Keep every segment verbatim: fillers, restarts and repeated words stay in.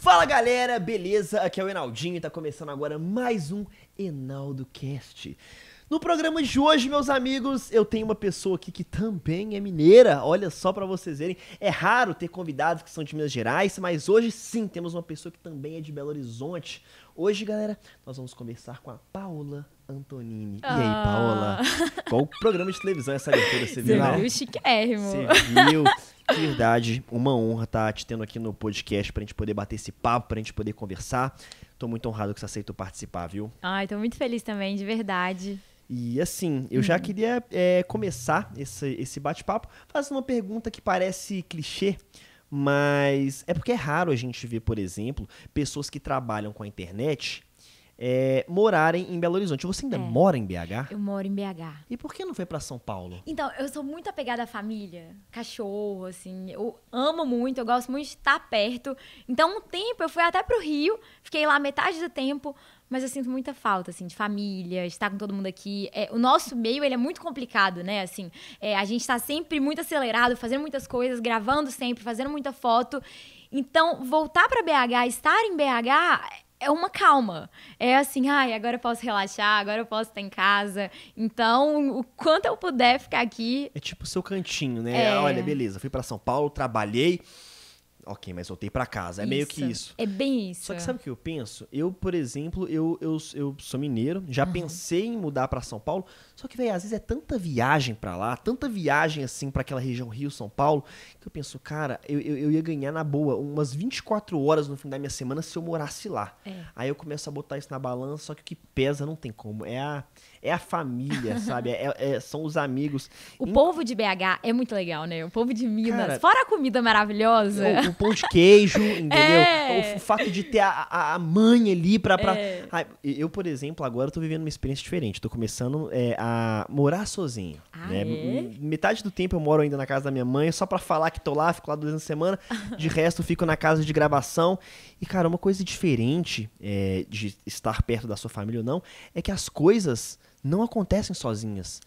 Fala galera, beleza? Aqui é o Enaldinho e tá começando agora mais um Enaldo Cast. No programa de hoje, meus amigos, eu tenho uma pessoa aqui que também é mineira. Olha só pra vocês verem, é raro ter convidados que são de Minas Gerais, mas hoje sim temos uma pessoa que também é de Belo Horizonte. Hoje, galera, nós vamos conversar com a Paola Antonini. Ah. E aí, Paola? Qual programa de televisão é essa abertura? Você viu, Você né? viu? Chiquérrimo. Você viu? De verdade, uma honra estar te tendo aqui no podcast pra gente poder bater esse papo, pra gente poder conversar. Tô muito honrado que você aceitou participar, viu? Ai, tô muito feliz também, de verdade. E assim, eu já queria é, começar esse, esse bate-papo fazendo uma pergunta que parece clichê, mas é porque é raro a gente ver, por exemplo, pessoas que trabalham com a internet é, morarem em Belo Horizonte. Você ainda É. mora em B H? Eu moro em B H. E por que não foi pra São Paulo? Então, eu sou muito apegada à família, cachorro, assim, eu amo muito, eu gosto muito de estar perto. Então, um tempo eu fui até pro Rio, fiquei lá metade do tempo, mas eu sinto muita falta, assim, de família, estar com todo mundo aqui. É, o nosso meio, ele é muito complicado, né, assim, é, a gente tá sempre muito acelerado, fazendo muitas coisas, gravando sempre, fazendo muita foto. Então, voltar pra B H, estar em B H... é uma calma. É assim, ai, agora eu posso relaxar, agora eu posso estar em casa. Então, o quanto eu puder ficar aqui... É tipo o seu cantinho, né? É. Olha, beleza, fui pra São Paulo, trabalhei, ok, mas voltei pra casa. É meio que isso. É bem isso. Só que sabe o que eu penso? Eu, por exemplo, eu, eu, eu sou mineiro, já Uhum. pensei em mudar pra São Paulo, só que, velho, às vezes é tanta viagem pra lá, tanta viagem, assim, pra aquela região Rio-São Paulo, que eu penso, cara, eu, eu, eu ia ganhar na boa umas vinte e quatro horas no fim da minha semana se eu morasse lá. É. Aí eu começo a botar isso na balança, só que o que pesa não tem como. É a, é a família, sabe? É, é- são os amigos. O Em- povo de B H é muito legal, né? O povo de Minas. Cara, Fora a comida maravilhosa. O, o pão de queijo, entendeu? É. O, o fato de ter a, a, a mãe ali pra... pra... É. Ai, eu, por exemplo, agora tô vivendo uma experiência diferente. Tô começando é, a morar sozinho. Ah, né? é? M- Metade do tempo eu moro ainda na casa da minha mãe, só pra falar que tô lá, fico lá duas vezes na semana. De resto, eu fico na casa de gravação. E, cara, uma coisa diferente é, de estar perto da sua família ou não, é que as coisas não acontecem sozinhas.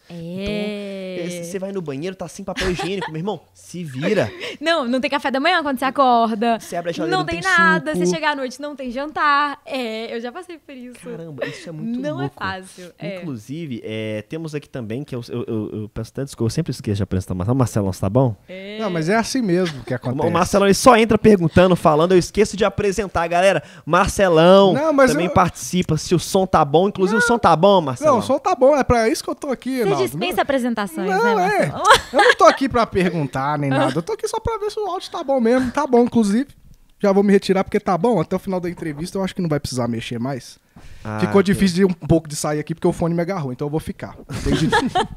É. Você vai no banheiro, tá sem papel higiênico, meu irmão, se vira. Não, não tem café da manhã quando você acorda. Você abre a geladeira, Não não tem tem nada. suco. Você chega à noite, não tem jantar. É, eu já passei por isso. Caramba, isso é muito Não louco. é fácil. É. Inclusive, é, temos aqui também, que eu, eu, eu, eu peço tanto desculpa, eu sempre esqueço de apresentar o Marcelão. Marcelão, você tá bom? É. Não, mas é assim mesmo que acontece. O Marcelão, ele só entra perguntando, falando, eu esqueço de apresentar, galera. Marcelão Não, mas também eu- participa, se o som tá bom. Inclusive, o som tá bom, Marcelão? Não, o som tá bom, é pra isso que eu tô aqui, Você Naldo. dispensa apresentações, Não, né, é. Marcelo? Eu não tô aqui pra perguntar nem nada, eu tô aqui só pra ver se o áudio tá bom mesmo. Tá bom, inclusive. Já vou me retirar porque tá bom. Até o final da entrevista eu acho que não vai precisar mexer mais. Ah, Ficou ok. difícil de um pouco de sair aqui porque o fone me agarrou, então eu vou ficar. Entendi.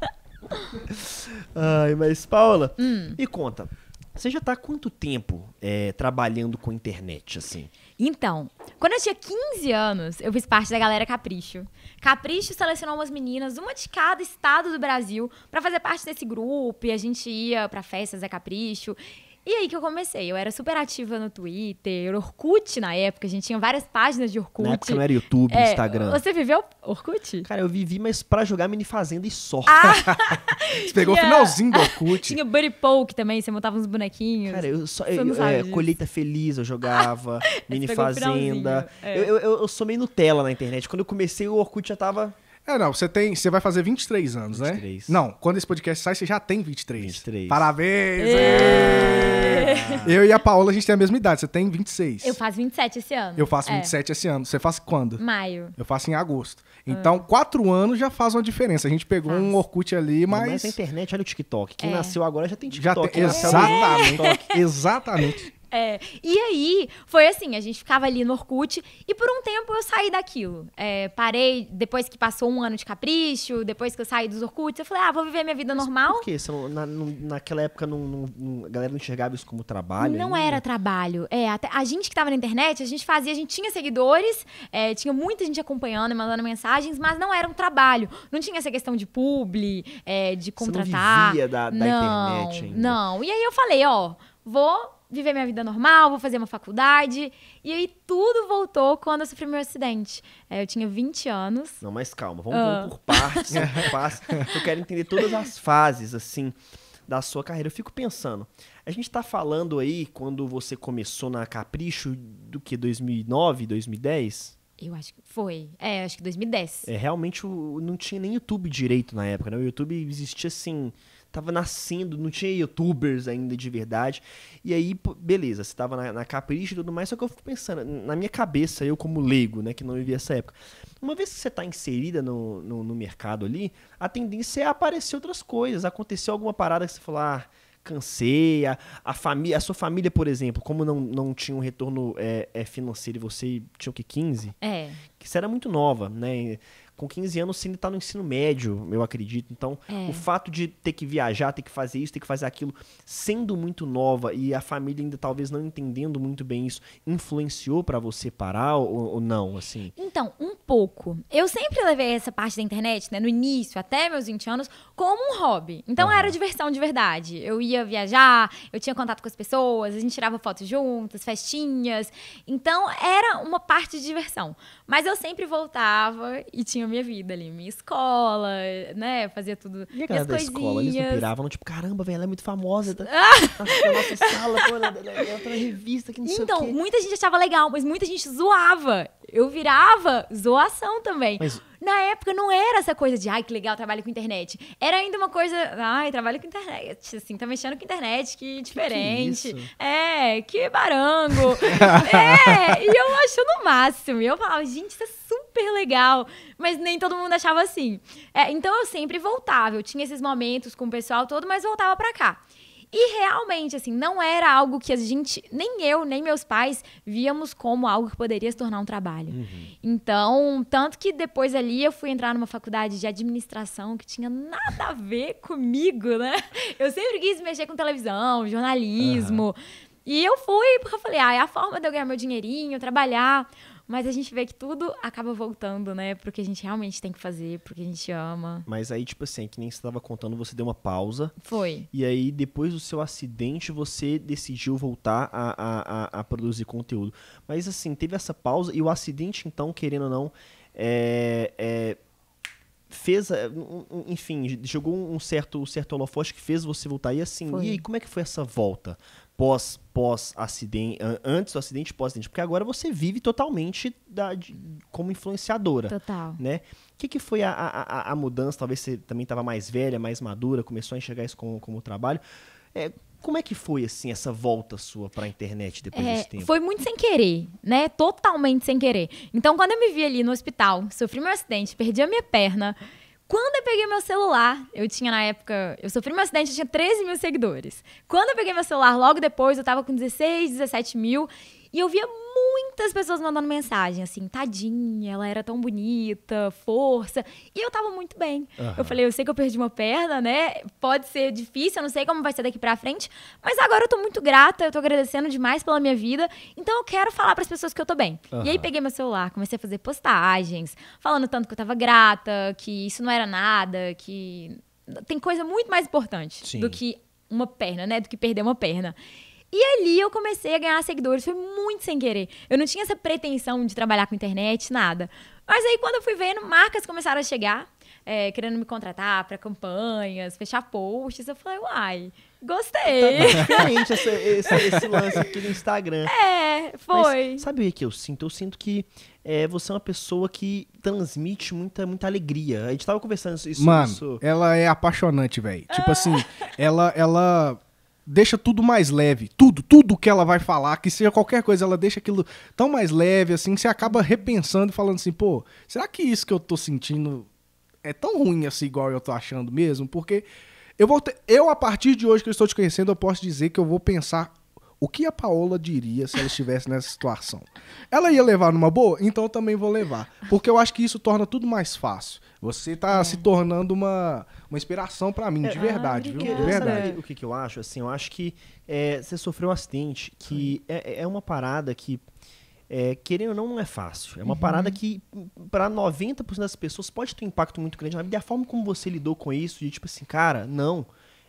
Ai, mas, Paola, Hum. me conta. Você já tá há quanto tempo é, trabalhando com internet, assim? Então, quando eu tinha quinze anos, eu fiz parte da galera Capricho. Capricho selecionou umas meninas, uma de cada estado do Brasil, pra fazer parte desse grupo. E a gente ia pra festas da Capricho. E aí que eu comecei. Eu era super ativa no Twitter, Orkut na época. A gente tinha várias páginas de Orkut. Na época não era YouTube, É, Instagram. Você viveu Orkut? Cara, eu vivi, mas pra jogar mini fazenda e só. Você pegou o Tinha- finalzinho do Orkut. Tinha Buddy Poke também, você montava uns bonequinhos. Cara, eu só. Você Eu, não sabe é, disso. colheita feliz, eu jogava. mini pegou o fazenda. finalzinho, é. Eu, eu, eu, eu sou meio Nutella na internet. Quando eu comecei, o Orkut já tava. É, não, você tem, você vai fazer vinte e três anos, vinte e né? três. Não, quando esse podcast sai, você já tem vinte e três. vinte e três. Parabéns! Ê! Eu e a Paola, a gente tem a mesma idade, você tem vinte e seis. Eu faço vinte e sete esse ano. Eu faço É, vinte e sete esse ano. Você faz quando? Maio. Eu faço em agosto. Então, quatro anos já faz uma diferença. A gente pegou Faz. um Orkut ali, Mas mas a internet, olha o TikTok. Quem É. nasceu agora já tem já TikTok. tem. Quem nasceu no Exatamente. Exatamente. É, e aí, foi assim, a gente ficava ali no Orkut e por um tempo eu saí daquilo. É, parei, depois que passou um ano de Capricho, depois que eu saí dos Orkuts, eu falei, ah, vou viver minha vida normal. Por quê? Você não- na, não- naquela época não, não- não- a galera não enxergava isso como trabalho? Não ainda? era trabalho. É, até a gente que tava na internet, a gente fazia, a gente tinha seguidores, é, tinha muita gente acompanhando e mandando mensagens, mas não era um trabalho. Não tinha essa questão de publi, é, de Você não contratar. vivia da- da não, internet ainda. Não. E aí eu falei, ó, vou viver minha vida normal, vou fazer uma faculdade. E aí tudo voltou quando eu sofri meu acidente. É, eu tinha vinte anos. Não, mas calma, vamos, Ah. vamos por partes, vamos por partes. Eu quero entender todas as fases, assim. da sua carreira. Eu fico pensando, a gente tá falando aí, quando você começou na Capricho, do que, dois mil e nove, dois mil e dez? Eu acho que foi. É, acho que dois mil e dez. É, realmente o, não tinha nem YouTube direito na época, né? O YouTube existia assim, tava nascendo, não tinha youtubers ainda de verdade. E aí, pô, beleza, você tava na, na Capricho e tudo mais, só que eu fico pensando, na minha cabeça, eu como leigo, né, que não vivia essa época, uma vez que você tá inserida no, no, no mercado ali, a tendência é aparecer outras coisas, aconteceu alguma parada que você falou, ah, cansei, a, a, família, a sua família, por exemplo, como não, não tinha um retorno é, é, financeiro e você tinha o que, quinze? É. Que você era muito nova, né? Com quinze anos você ainda tá no ensino médio, eu acredito. Então, É. o fato de ter que viajar, ter que fazer isso, ter que fazer aquilo, sendo muito nova e a família ainda talvez não entendendo muito bem isso, influenciou pra você parar ou, ou não, assim? Então, um pouco. Eu sempre levei essa parte da internet, né, no início, até meus vinte anos, como um hobby. Então, Aham. era diversão de verdade. Eu ia viajar, eu tinha contato com as pessoas, a gente tirava fotos juntas, festinhas. Então, era uma parte de diversão. Mas eu sempre voltava e tinha minha vida ali, minha escola, né, fazia tudo, E a minhas galera da coisinhas. escola, eles não piravam, tipo, caramba, velho, ela é muito famosa, tá na nossa sala, pô, ela, ela, ela tá na revista, que não sei o Então, quê. muita gente achava legal, mas muita gente zoava. Eu virava zoação também. Mas- Na época não era essa coisa de, ai, que legal, trabalho com internet. Era ainda uma coisa, ai, trabalho com internet, assim, tá mexendo com internet, que diferente. isso? É, que barango. É, e eu acho no máximo. E eu falava, gente, isso é super legal. Mas nem todo mundo achava assim. É, então eu sempre voltava. Eu tinha esses momentos com o pessoal todo, mas voltava pra cá. E realmente, assim, não era algo que a gente, nem eu, nem meus pais, víamos como algo que poderia se tornar um trabalho. Uhum. Então, tanto que depois ali eu fui entrar numa faculdade de administração que tinha nada a ver comigo, né? Eu sempre quis mexer com televisão, jornalismo. E eu fui porque eu falei, ah, é a forma de eu ganhar meu dinheirinho, trabalhar. Mas a gente vê que tudo acaba voltando, né? Porque a gente realmente tem que fazer, porque a gente ama. Mas aí, tipo assim, que nem você tava contando, você deu uma pausa. Foi. E aí, depois do seu acidente, você decidiu voltar a, a, a, a produzir conteúdo. Mas assim, teve essa pausa e o acidente, então, querendo ou não, é, é, fez, é, um- um- enfim, jogou um certo, um certo holofote que fez você voltar. E assim, Foi. e aí, como é que foi essa volta? Pós, pós acidente, an- antes do acidente e pós acidente? Porque agora você vive totalmente da, de- como influenciadora. Total. Né? O que, que foi a, a, a- a mudança? Talvez você também estava mais velha, mais madura, começou a enxergar isso como, como trabalho. É, como é que foi, assim, essa volta sua para a internet depois É, desse tempo? foi muito sem querer, né? Totalmente sem querer. Então, quando eu me vi ali no hospital, sofri meu acidente, perdi a minha perna. Quando eu peguei meu celular, eu tinha na época... Eu sofri meu acidente, eu tinha treze mil seguidores. Quando eu peguei meu celular, logo depois, eu tava com dezesseis, dezessete mil. E eu via muitas pessoas mandando mensagem, assim, tadinha, ela era tão bonita, força. E eu tava muito bem. Aham. Eu falei, eu sei que eu perdi uma perna, né? Pode ser difícil, eu não sei como vai ser daqui pra frente. Mas agora eu tô muito grata, eu tô agradecendo demais pela minha vida. Então eu quero falar pras pessoas que eu tô bem. Aham. E aí peguei meu celular, comecei a fazer postagens, falando tanto que eu tava grata, que isso não era nada, que tem coisa muito mais importante Sim. do que uma perna, né? Do que perder uma perna. E ali eu comecei a ganhar seguidores, foi muito sem querer. Eu não tinha essa pretensão de trabalhar com internet, nada. Mas aí quando eu fui vendo, marcas começaram a chegar, é, querendo me contratar para campanhas, fechar posts. Eu falei, uai, gostei. Tá diferente essa- esse, esse lance aqui do Instagram. É, foi. Mas sabe o que eu sinto? Eu sinto que é, você é uma pessoa que transmite muita, muita alegria. A gente tava conversando isso. isso Mano, isso- ela é apaixonante, velho. Tipo assim, ela, ela deixa tudo mais leve. Tudo, tudo que ela vai falar, que seja qualquer coisa, ela deixa aquilo tão mais leve, assim, que você acaba repensando e falando assim, pô, será que isso que eu tô sentindo é tão ruim assim, igual eu tô achando mesmo? Porque eu vou ter, eu, a partir de hoje que eu estou te conhecendo, eu posso dizer que eu vou pensar o que a Paola diria se ela estivesse nessa situação. Ela ia levar numa boa? Então eu também vou levar. Porque eu acho que isso torna tudo mais fácil. Você tá se tornando uma, uma inspiração pra mim, de Ah, verdade, viu? obrigada. De Sabe verdade. o que, que eu acho? Assim, eu acho que é, você sofreu um acidente que é, é uma parada que, é, querendo ou não, não é fácil. É uma parada que, para noventa por cento das pessoas, pode ter um impacto muito grande na vida. E a forma como você lidou com isso, de tipo assim, cara, não.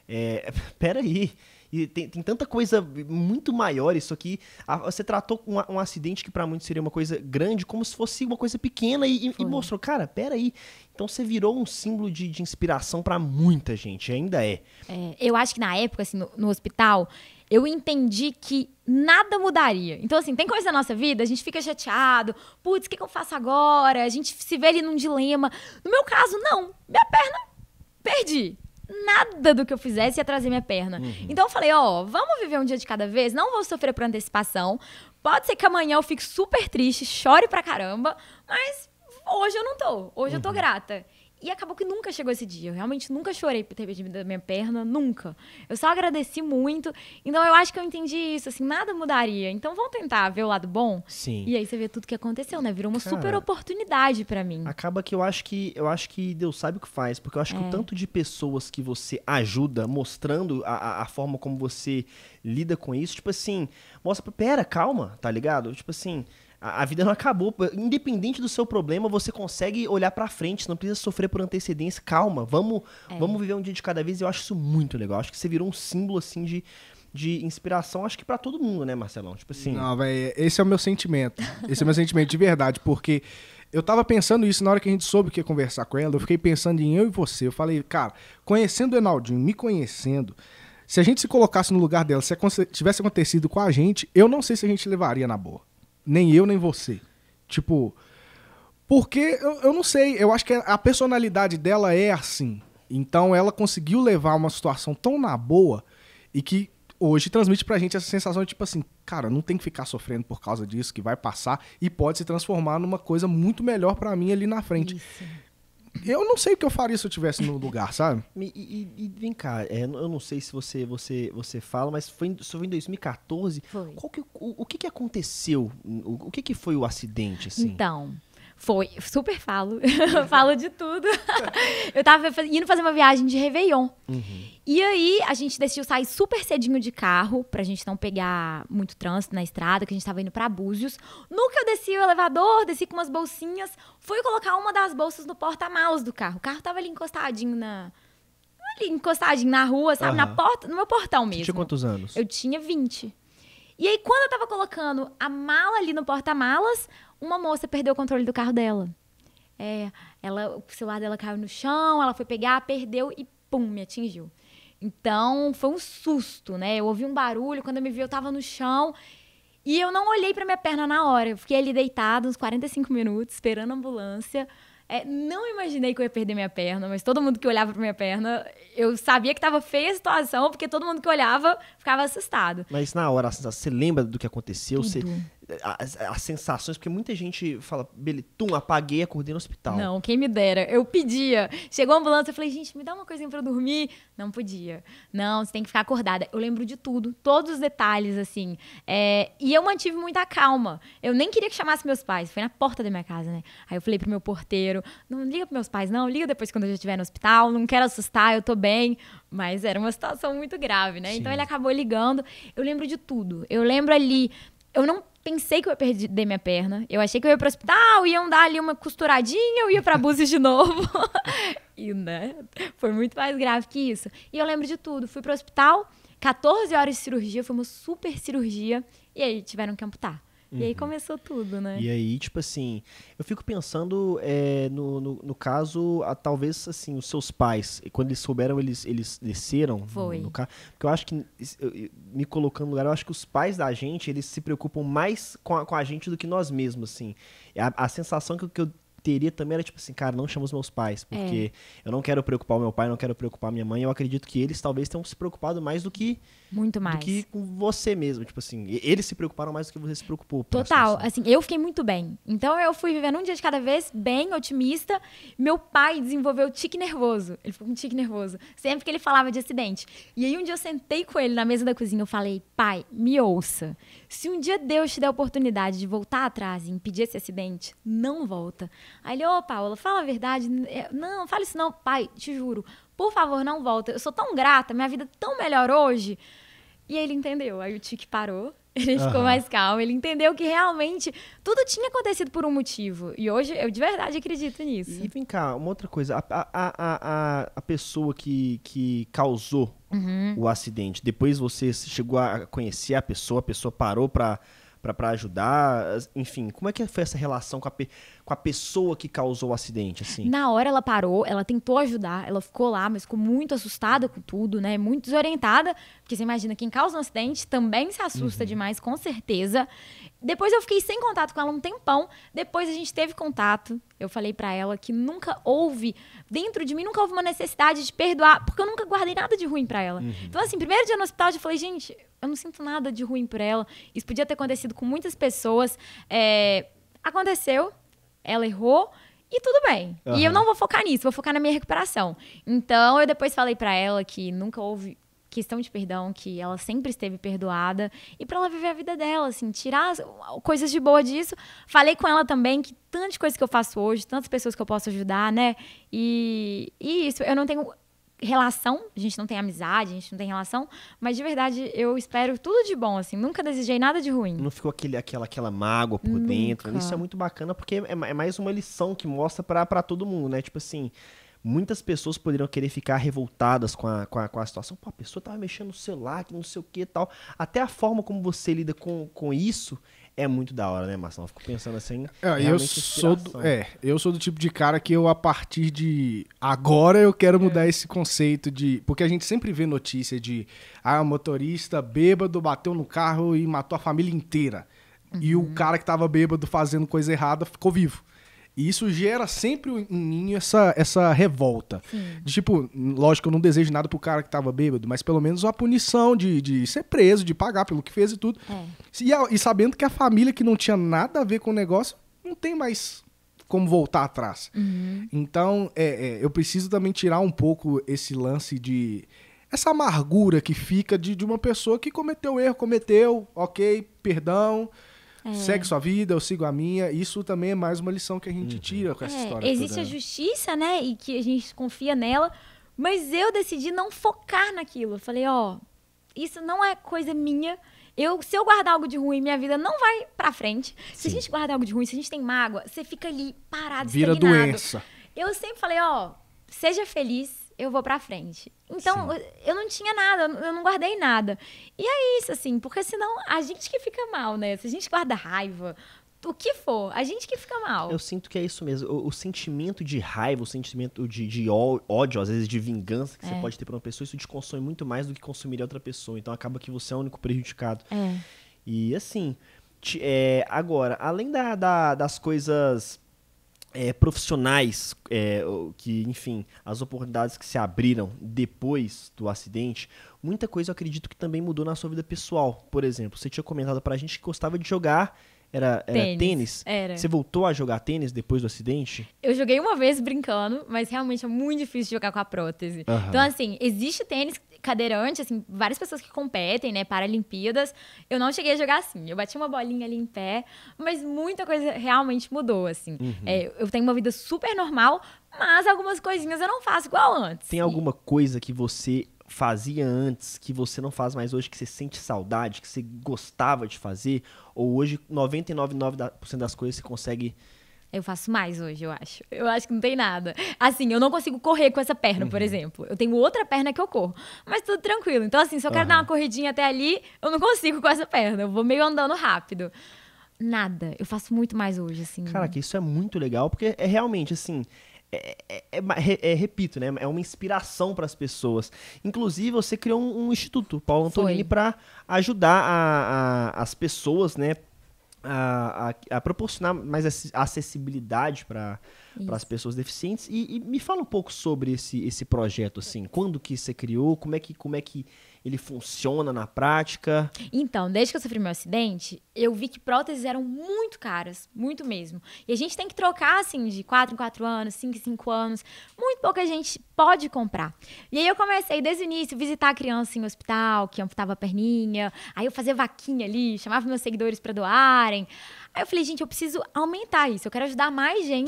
É, peraí. E tem, tem tanta coisa muito maior isso aqui. A, você tratou um, um acidente que pra muitos seria uma coisa grande, como se fosse uma coisa pequena e, e mostrou, cara, peraí. Então você virou um símbolo de, de inspiração pra muita gente, ainda é. É, eu acho que na época, assim, no, no hospital, eu entendi que nada mudaria. Então, assim, tem coisa na nossa vida, a gente fica chateado, putz, o que, que eu faço agora? A gente se vê ali num dilema. No meu caso, não. Minha perna, perdi. Nada do que eu fizesse ia trazer minha perna. Uhum. Então eu falei, ó, vamos viver um dia de cada vez, não vou sofrer por antecipação. Pode ser que amanhã eu fique super triste, chore pra caramba, mas hoje eu não tô. Hoje uhum. eu tô grata. E acabou que nunca chegou esse dia. Eu realmente nunca chorei por ter perdido a minha perna, nunca. Eu só agradeci muito. Então eu acho que eu entendi isso, assim, nada mudaria. Então vamos tentar ver o lado bom? Sim. E aí você vê tudo que aconteceu, né? Virou uma Cara, super oportunidade pra mim. Acaba que eu acho que eu acho que Deus sabe o que faz, porque eu acho que É. o tanto de pessoas que você ajuda, mostrando a, a, a forma como você lida com isso, tipo assim, mostra pra, pera, calma, tá ligado? Tipo assim, a, a vida não acabou. Independente do seu problema, você consegue olhar pra frente, você não precisa sofrer por antecedência. Calma, vamos, É. vamos viver um dia de cada vez. E eu acho isso muito legal. Acho que você virou um símbolo, assim, de, de inspiração, acho que pra todo mundo, né, Marcelão? Tipo assim... Não, velho, esse é o meu sentimento. Esse é o meu sentimento de verdade, porque eu tava pensando isso na hora que a gente soube que ia conversar com ela, eu fiquei pensando em eu e você. Eu falei, cara, conhecendo o Enaldinho, me conhecendo, se a gente se colocasse no lugar dela, se tivesse acontecido com a gente, eu não sei se a gente levaria na boa. Nem eu, nem você. Tipo, porque eu, eu não sei, eu acho que a personalidade dela é assim. Então ela conseguiu levar uma situação tão na boa e que hoje transmite pra gente essa sensação de tipo assim, cara, não tem que ficar sofrendo por causa disso, que vai passar e pode se transformar numa coisa muito melhor pra mim ali na frente. Isso. Eu não sei o que eu faria se eu estivesse no lugar, sabe? E, e, e vem cá, é, eu não sei se você, você, você fala, mas foi, isso foi em dois mil e quatorze. Foi. Qual que, o, o que, que aconteceu? O, o que, que foi o acidente, assim? Então, foi. Super falo. Falo de tudo. Eu tava indo fazer uma viagem de Réveillon. Uhum. E aí, a gente decidiu sair super cedinho de carro, pra gente não pegar muito trânsito na estrada, que a gente tava indo pra Búzios. No que eu desci o elevador, desci com umas bolsinhas, fui colocar uma das bolsas no porta-malas do carro. O carro tava ali encostadinho na... Ali, encostadinho na rua, sabe? Uhum. Na porta, no meu portão mesmo. Você tinha quantos anos? Eu tinha vinte. E aí, quando eu tava colocando a mala ali no porta-malas, uma moça perdeu o controle do carro dela. É, ela, o celular dela caiu no chão, ela foi pegar, perdeu e pum, me atingiu. Então, foi um susto, né? Eu ouvi um barulho, quando eu me vi, eu tava no chão e eu não olhei pra minha perna na hora. Eu fiquei ali deitada uns quarenta e cinco minutos, esperando a ambulância. É, não imaginei que eu ia perder minha perna, mas todo mundo que olhava pra minha perna, eu sabia que tava feia a situação, porque todo mundo que olhava ficava assustado. Mas na hora, você lembra do que aconteceu? Você, Tudo. as, as sensações, porque muita gente fala, tum, apaguei, acordei no hospital. Não, quem me dera. Eu pedia. Chegou a ambulância, eu falei, gente, me dá uma coisinha pra eu dormir. Não podia. Não, você tem que ficar acordada. Eu lembro de tudo, todos os detalhes, assim. É, e eu mantive muita calma. Eu nem queria que chamasse meus pais. Foi na porta da minha casa, né? Aí eu falei pro meu porteiro, não liga pros meus pais, não. Liga depois quando eu já estiver no hospital. Não quero assustar, eu tô bem. Mas era uma situação muito grave, né? Sim. Então ele acabou ligando. Eu lembro de tudo. Eu lembro ali... Eu não pensei que eu ia perder minha perna. Eu achei que eu ia pro hospital, iam dar ali uma costuradinha, eu ia pra Búzios de novo. E, né, foi muito mais grave que isso. E eu lembro de tudo. Fui pro hospital, catorze horas de cirurgia, foi uma super cirurgia. E aí tiveram que amputar. E aí começou tudo, né? E aí, tipo assim, eu fico pensando é, no, no, no caso, a, talvez, assim, os seus pais, quando eles souberam, eles, eles desceram Foi. no, no carro. Porque eu acho que, eu, eu, me colocando no lugar, eu acho que os pais da gente, eles se preocupam mais com a, com a gente do que nós mesmos, assim. A, a sensação que, eu- que eu teria também era, tipo assim, cara, não chama os meus pais, porque eu não quero preocupar o meu pai, não quero preocupar a minha mãe. Eu acredito que eles talvez tenham se preocupado mais do que... Muito mais. do que com você mesmo, tipo assim, e- eles se preocuparam mais do que você se preocupou. com a Total, situação. assim, eu fiquei muito bem. Então eu fui vivendo um dia de cada vez, bem, otimista. Meu pai desenvolveu tique nervoso. Ele ficou com tique nervoso. Sempre que ele falava de acidente. E aí um dia eu sentei com ele na mesa da cozinha, eu falei, pai, me ouça. Se um dia Deus te der a oportunidade de voltar atrás e impedir esse acidente, não volta. Aí ele, ô, Paula, fala a verdade. Não, fala isso não, pai, te juro. Por favor, não volta. Eu sou tão grata, minha vida é tão melhor hoje. E aí ele entendeu. Aí o tique parou, ele ficou Aham. mais calmo. Ele entendeu que realmente tudo tinha acontecido por um motivo. E hoje eu de verdade acredito nisso. E vem cá, uma outra coisa. A, a, a, a, a pessoa que, que causou Uhum. o acidente? Depois você chegou a conhecer a pessoa, a pessoa parou pra, pra, pra ajudar? Enfim, como é que foi essa relação com a, pe- com a pessoa que causou o acidente, assim? Na hora ela parou, ela tentou ajudar, ela ficou lá, mas ficou muito assustada com tudo, né? Muito desorientada, porque você imagina, quem causa um acidente também se assusta demais, com certeza. Depois eu fiquei sem contato com ela um tempão, depois a gente teve contato, eu falei pra ela que nunca houve, dentro de mim nunca houve uma necessidade de perdoar, porque eu nunca guardei nada de ruim pra ela. Então assim, primeiro dia no hospital eu falei, gente, eu não sinto nada de ruim por ela, isso podia ter acontecido com muitas pessoas, é, aconteceu, ela errou e tudo bem. Uhum. E eu não vou focar nisso, vou focar na minha recuperação. Então, eu depois falei pra ela que nunca houve questão de perdão, que ela sempre esteve perdoada e pra ela viver a vida dela, assim, tirar as- coisas de boa disso. Falei com ela também que tantas coisas que eu faço hoje, tantas pessoas que eu posso ajudar, né? E, e isso, eu não tenho relação, a gente não tem amizade, a gente não tem relação, mas de verdade eu espero tudo de bom, assim, nunca desejei nada de ruim. Não ficou aquele, aquela, aquela mágoa por Nunca. dentro. Isso é muito bacana, porque é, ma- é mais uma lição que mostra pra, pra todo mundo, né? Tipo assim, muitas pessoas poderiam querer ficar revoltadas com a, com a, com a situação. Pô, a pessoa tava mexendo no celular, que não sei o que e tal. Até a forma como você lida com, com isso é muito da hora, né, Marcelo? Eu fico pensando assim, É, eu realmente sou do, inspiração. é, eu sou do tipo de cara que eu, a partir de agora, eu quero mudar esse conceito de... Porque a gente sempre vê notícia de ah, o motorista bêbado bateu no carro e matou a família inteira. E o cara que tava bêbado fazendo coisa errada ficou vivo. E isso gera sempre em mim essa, essa revolta. De, tipo, lógico, eu não desejo nada pro cara que tava bêbado, mas pelo menos uma punição de, de ser preso, de pagar pelo que fez e tudo. É. E, a- e sabendo que a família que não tinha nada a ver com o negócio, não tem mais como voltar atrás. Então, é, é, eu preciso também tirar um pouco esse lance de... Essa amargura que fica de, de uma pessoa que cometeu erro, cometeu, ok, perdão... Segue sua vida, eu sigo a minha. Isso também é mais uma lição que a gente tira com essa É, história. existe toda. a justiça, né? E que a gente confia nela. Mas eu decidi não focar naquilo. Eu falei, ó, isso não é coisa minha. Eu, se eu guardar algo de ruim, minha vida não vai pra frente. Se Sim. a gente guardar algo de ruim, se a gente tem mágoa, você fica ali parado, Vira estagnado. doença. Eu sempre falei, ó, seja feliz, eu vou pra frente. Então, eu- eu não tinha nada, eu não guardei nada. E é isso, assim, porque senão a gente que fica mal, né? Se a gente guarda raiva, o que for, a gente que fica mal. Eu sinto que é isso mesmo. O, o sentimento de raiva, o sentimento de, de ó- ódio, às vezes de vingança que você É. pode ter por uma pessoa, isso te consome muito mais do que consumiria outra pessoa. Então acaba que você é o único prejudicado. É. E assim, ti- é, agora, além da, da- das coisas é, profissionais, é, o- que, enfim, as oportunidades que se abriram depois do acidente, muita coisa eu acredito que também mudou na sua vida pessoal. Por exemplo, você tinha comentado pra gente que gostava de jogar, era, era Tênis. tênis. Era. Você voltou a jogar tênis depois do acidente? Eu joguei uma vez brincando, mas realmente é muito difícil jogar com a prótese. Aham. Então, assim, existe tênis cadeirante, assim, várias pessoas que competem, né, Paralimpíadas. Eu não cheguei a jogar assim. Eu bati uma bolinha ali em pé, mas muita coisa realmente mudou, assim. Uhum. É, eu tenho uma vida super normal, mas algumas coisinhas eu não faço igual antes. Tem alguma coisa que você fazia antes, que você não faz mais hoje, que você sente saudade, que você gostava de fazer? Ou hoje noventa e nove vírgula nove por cento das coisas você consegue... Eu faço mais hoje, eu acho. Eu acho que não tem nada. Assim, eu não consigo correr com essa perna, Uhum. por exemplo. Eu tenho outra perna que eu corro. Mas tudo tranquilo. Então, assim, se eu quero Aham. dar uma corridinha até ali, eu não consigo com essa perna. Eu vou meio andando rápido. Nada. Eu faço muito mais hoje, assim. Caraca, isso é muito legal, porque é realmente, assim... É, é- é- é- é- repito, né? É uma inspiração para as pessoas. Inclusive, você criou um, um instituto, Paulo Antolini, Foi. para ajudar a- a- as pessoas, né? A, a- a proporcionar mais ac- acessibilidade para as pessoas deficientes. E, e me fala um pouco sobre esse, esse projeto, assim. Quando que você criou? Como é que, como é que ele funciona na prática? Então, desde que eu sofri meu acidente, eu vi que próteses eram muito caras, muito mesmo. E a gente tem que trocar, assim, de quatro em quatro anos, cinco em cinco anos. Muito pouca gente pode comprar. E aí eu comecei, desde o início, visitar a criança em hospital, que amputava a perninha. Aí eu fazia vaquinha ali, chamava meus seguidores para doarem. Aí eu falei, gente, eu preciso aumentar isso. Eu quero ajudar mais gente Sim.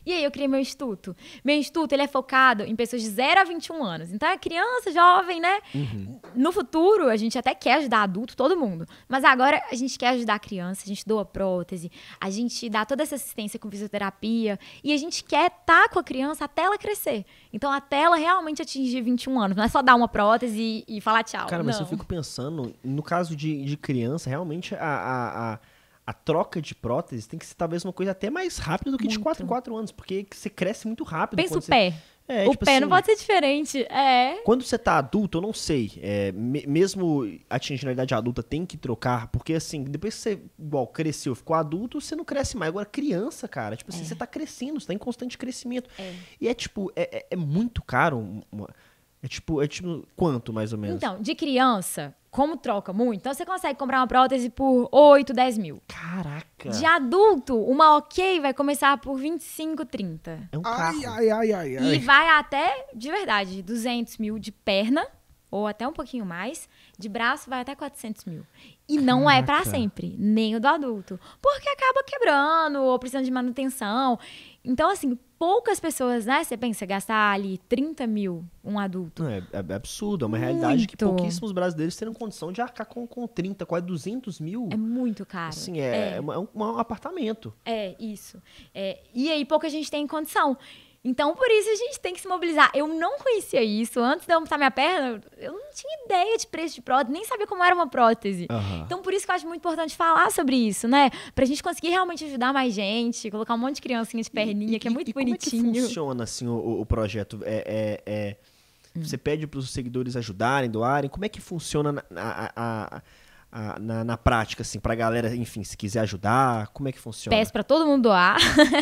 E aí eu criei meu instituto. Meu instituto, ele é focado em pessoas de zero a vinte e um anos. Então é criança, jovem, né? Uhum. No futuro, a gente até quer ajudar adulto, todo mundo. Mas agora a gente quer ajudar a criança, a gente doa prótese, a gente dá toda essa assistência com fisioterapia. E a gente quer estar com a criança até ela crescer. Então até ela realmente atingir vinte e um anos. Não é só dar uma prótese e, e falar tchau. Cara, mas não. eu fico pensando, no caso de, de criança, realmente a, a, a, a troca de próteses tem que ser talvez uma coisa até mais rápida do que de Muito. quatro em quatro anos, porque você cresce muito rápido. Pensa o quando você- pé. É, o tipo pé assim, não pode ser diferente. É. Quando você tá adulto, eu não sei. É, me- mesmo atingindo a idade adulta, tem que trocar. Porque, assim, depois que você, igual, cresceu, ficou adulto, você não cresce mais. Agora, criança, cara, tipo assim, você tá crescendo, você tá em constante crescimento. É. E é, tipo, é, é- é muito caro. uma- é, tipo, é, tipo, quanto, mais ou menos? Então, de criança, como troca muito, então você consegue comprar uma prótese por oito, dez mil. Caraca! De adulto, uma ok vai começar por vinte e cinco, trinta. É um carro. Ai, ai, ai, ai, E ai. vai até, de verdade, duzentos mil de perna, ou até um pouquinho mais. De braço vai até quatrocentos mil. E não é pra Caraca. sempre, nem o do adulto. Porque acaba quebrando ou precisando de manutenção. Então, assim, poucas pessoas, né? Você pensa, gastar ali trinta mil um adulto. Não, é, é absurdo. É uma realidade que Muito. pouquíssimos brasileiros terão condição de arcar com, com trinta, quase duzentos mil. É muito caro. Assim, é, é. uma- um, um apartamento. É, isso. É, e aí pouca gente tem condição. Então, por isso, a gente tem que se mobilizar. Eu não conhecia isso. Antes de eu amputar minha perna, eu não tinha ideia de preço de prótese, nem sabia como era uma prótese. Aham. Então, por isso que eu acho muito importante falar sobre isso, né? Pra gente conseguir realmente ajudar mais gente, colocar um monte de criancinha de perninha, E- que é e- muito e como é bonitinho. que funciona, assim, o, o projeto? É, é- é- Você pede para os seguidores ajudarem, doarem? Como é que funciona na, na- a- a- a- na- na prática, assim, pra galera, enfim, se quiser ajudar? Como é que funciona? Peço pra todo mundo doar.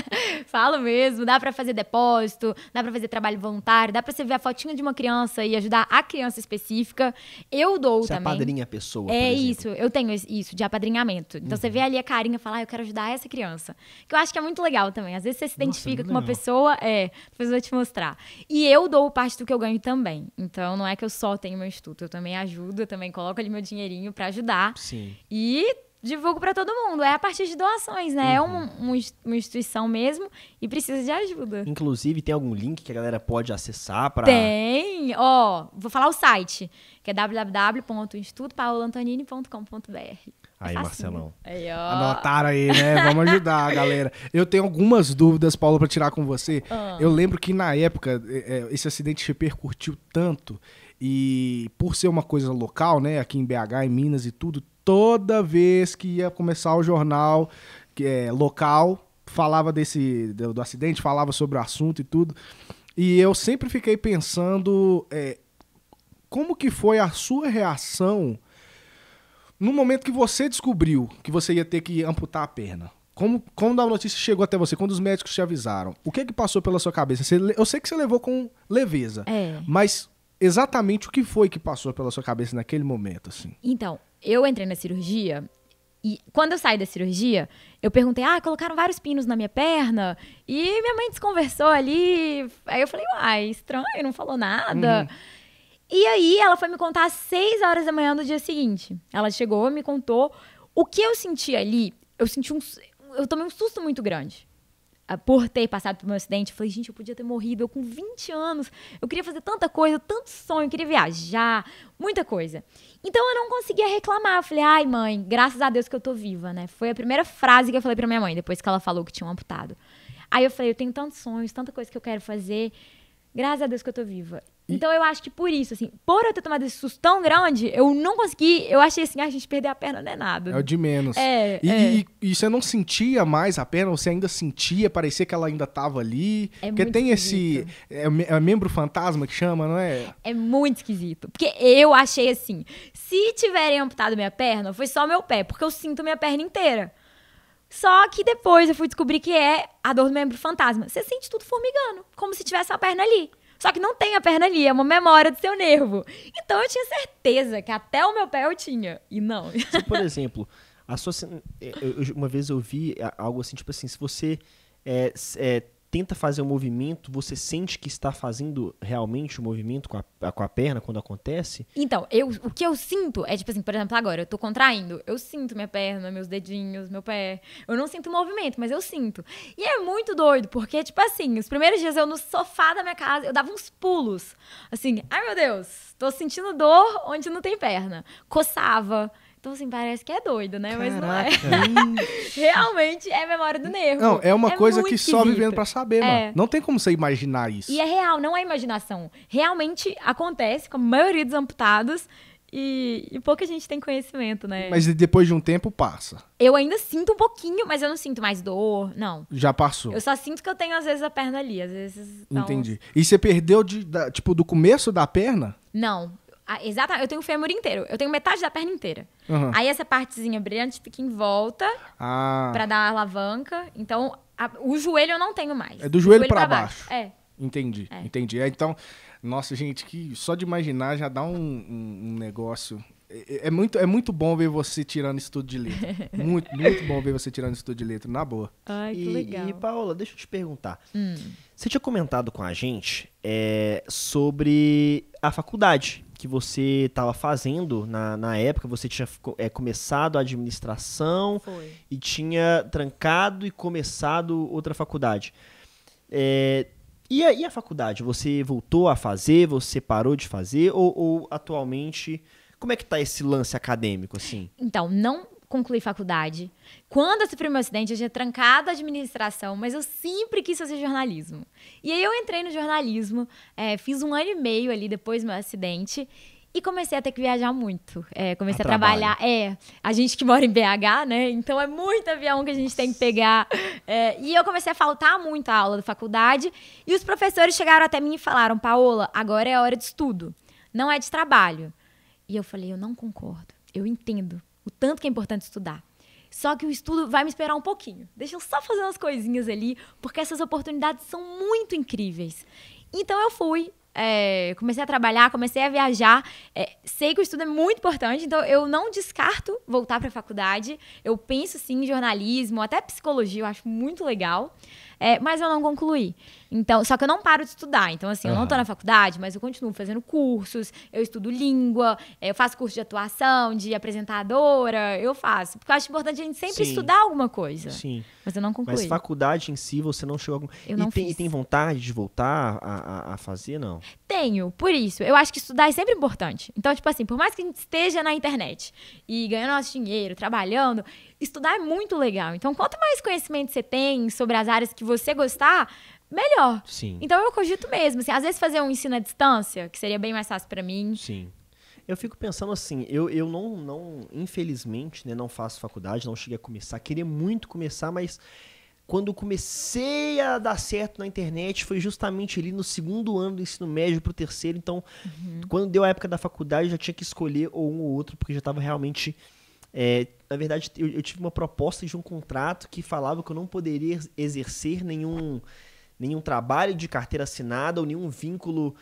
Falo mesmo. Dá pra fazer depósito, dá pra fazer trabalho voluntário, dá pra você ver a fotinha de uma criança e ajudar a criança específica. Eu dou Você também. apadrinha a pessoa, por É exemplo. isso, eu tenho esse- isso, de apadrinhamento. Então você vê ali a carinha e fala, ah, eu quero ajudar essa criança. Que eu acho que é muito legal também. Às vezes você se Nossa, identifica muito com uma legal. pessoa, é, depois eu vou te mostrar. E eu dou parte do que eu ganho também. Então não é que eu só tenho meu instituto, eu também ajudo, eu também coloco ali meu dinheirinho pra ajudar. Sim. E divulgo pra todo mundo. É a partir de doações, né? É Uhum. um- um ins- uma instituição mesmo e precisa de ajuda. Inclusive, tem algum link que a galera pode acessar pra... Tem! Ó, vou falar o site, que é w w w ponto instituto paulo antonini ponto com ponto b r. Aí, É facinho. Marcelão. Aí, ó. Anotaram aí, né? Vamos ajudar a galera. Eu tenho algumas dúvidas, Paulo, pra tirar com você. Ah. Eu lembro que na época é, é, esse acidente repercutiu tanto e por ser uma coisa local, né? Aqui em B H, em Minas e tudo, toda vez que ia começar o jornal que é local, falava desse do, do acidente, falava sobre o assunto e tudo. E eu sempre fiquei pensando é, como que foi a sua reação no momento que você descobriu que você ia ter que amputar a perna. Como, quando a notícia chegou até você, quando os médicos te avisaram, o que que passou pela sua cabeça? Você le- eu sei que você levou com leveza, É. mas exatamente o que foi que passou pela sua cabeça naquele momento, assim? Então, eu entrei na cirurgia e quando eu saí da cirurgia, eu perguntei, ah, colocaram vários pinos na minha perna e minha mãe desconversou ali. Aí eu falei, uai, estranho, não falou nada. E aí ela foi me contar às seis horas da manhã do dia seguinte. Ela chegou, me contou o que eu senti ali. Eu senti um, eu tomei um susto muito grande. Ah, por ter passado por um acidente, eu falei, gente, eu podia ter morrido. Eu com vinte anos, eu queria fazer tanta coisa, tanto sonho, eu queria viajar, muita coisa. Então eu não conseguia reclamar. Eu falei, ai, mãe, graças a Deus que eu tô viva, né? Foi a primeira frase que eu falei pra minha mãe, depois que ela falou que tinha um amputado. Aí eu falei, eu tenho tantos sonhos, tanta coisa que eu quero fazer. Graças a Deus que eu tô viva. Então eu acho que por isso, assim, por eu ter tomado esse susto tão grande, eu não consegui, eu achei assim, ah, a gente perder a perna não é nada. É o de menos. É, e, é. e- e você não sentia mais a perna? Você ainda sentia? Parecia que ela ainda tava ali? É Porque muito tem esse... esquisito. É, me- é membro fantasma que chama, não é? É muito esquisito. Porque eu achei assim, se tiverem amputado minha perna, foi só meu pé, porque eu sinto minha perna inteira. Só que depois eu fui descobrir que é a dor do membro fantasma. Você sente tudo formigando, como se tivesse a perna ali. Só que não tem a perna ali, é uma memória do seu nervo. Então eu tinha certeza que até o meu pé eu tinha. E não. Se, por exemplo, a sua, eu- eu- uma vez eu vi a- algo assim, tipo assim, se você é, s- é, tenta fazer um movimento, você sente que está fazendo realmente o movimento com a, com a perna quando acontece? Então, eu, o que eu sinto é, tipo assim, por exemplo, agora eu tô contraindo, eu sinto minha perna, meus dedinhos, meu pé. Eu não sinto movimento, mas eu sinto. E é muito doido, porque, tipo assim, os primeiros dias eu no sofá da minha casa, eu dava uns pulos. Assim, ai meu Deus, tô sentindo dor onde não tem perna. Coçava. Então, assim, parece que é doido, né? Mas não é. Realmente é memória do nervo. Não, é uma é coisa que esquisito. só vivendo pra saber, é. mano. Não tem como você imaginar isso. E é real, não é imaginação. Realmente acontece com a maioria dos amputados e, e pouca gente tem conhecimento, né? Mas depois de um tempo passa. Eu ainda sinto um pouquinho, mas eu não sinto mais dor, não. Já passou. Eu só sinto que eu tenho, às vezes, a perna ali. Às vezes. Não... Entendi. E você perdeu, de, da, tipo, do começo da perna? Não. Ah, exatamente, eu tenho o fêmur inteiro. Eu tenho metade da perna inteira. Uhum. Aí essa partezinha brilhante fica em volta ah. pra dar a alavanca. Então, a, o joelho eu não tenho mais. É do joelho, joelho pra, pra baixo. baixo. É. Entendi, é. entendi. É, então, nossa, gente, que só de imaginar já dá um, um, um negócio... É, é, muito, é muito bom ver você tirando estudo de letra. muito, muito bom ver você tirando estudo de letra, na boa. Ai, que e, legal. E, Paola, deixa eu te perguntar. Hum. Você tinha comentado com a gente é, sobre a faculdade que você estava fazendo na, na época. Você tinha é, começado a administração Foi. e tinha trancado e começado outra faculdade. É, e, a, e a faculdade? Você voltou a fazer? Você parou de fazer? Ou, ou atualmente... Como é que tá esse lance acadêmico, assim? Então, não concluí faculdade. Quando eu sofri meu acidente, eu tinha trancado a administração, mas eu sempre quis fazer jornalismo. E aí eu entrei no jornalismo, é, fiz um ano e meio ali depois do meu acidente e comecei a ter que viajar muito. É, comecei a, a trabalhar. É, a gente que mora em B H, né? Então é muito avião que a gente tem que pegar. É, e eu comecei a faltar muito a aula da faculdade e os professores chegaram até mim e falaram: Paola, agora é a hora de estudo, não é de trabalho. E eu falei, eu não concordo. Eu entendo o tanto que é importante estudar. Só que o estudo vai me esperar um pouquinho. Deixa eu só fazer umas coisinhas ali, porque essas oportunidades são muito incríveis. Então eu fui, é, comecei a trabalhar, comecei a viajar. É, sei que o estudo é muito importante, então eu não descarto voltar para a faculdade. Eu penso, sim, em jornalismo, até psicologia, eu acho muito legal. É, mas eu não concluí. Então, só que eu não paro de estudar. Então, assim, eu não tô na faculdade, mas eu continuo fazendo cursos, eu estudo língua, eu faço curso de atuação, de apresentadora, eu faço. Porque eu acho importante a gente sempre Sim. estudar alguma coisa. Sim. Mas eu não concluí. Mas faculdade em si, você não chegou a... Eu e, não tem, fiz. e tem vontade de voltar a, a, a fazer, não? Tenho, por isso. Eu acho que estudar é sempre importante. Então, tipo assim, por mais que a gente esteja na internet e ganhando nosso dinheiro, trabalhando, estudar é muito legal. Então, quanto mais conhecimento você tem sobre as áreas que você gostar, melhor. Sim. Então, eu cogito mesmo. Assim, às vezes fazer um ensino à distância, que seria bem mais fácil pra mim. Sim. Eu fico pensando assim, eu, eu não, não, infelizmente, né, não faço faculdade, não cheguei a começar. Queria muito começar, mas quando eu comecei a dar certo na internet, foi justamente ali no segundo ano do ensino médio pro terceiro. Então, uhum. quando deu a época da faculdade, eu já tinha que escolher ou um ou outro, porque já estava realmente... É, na verdade, eu, eu tive uma proposta de um contrato que falava que eu não poderia exercer nenhum, nenhum trabalho de carteira assinada ou nenhum vínculo...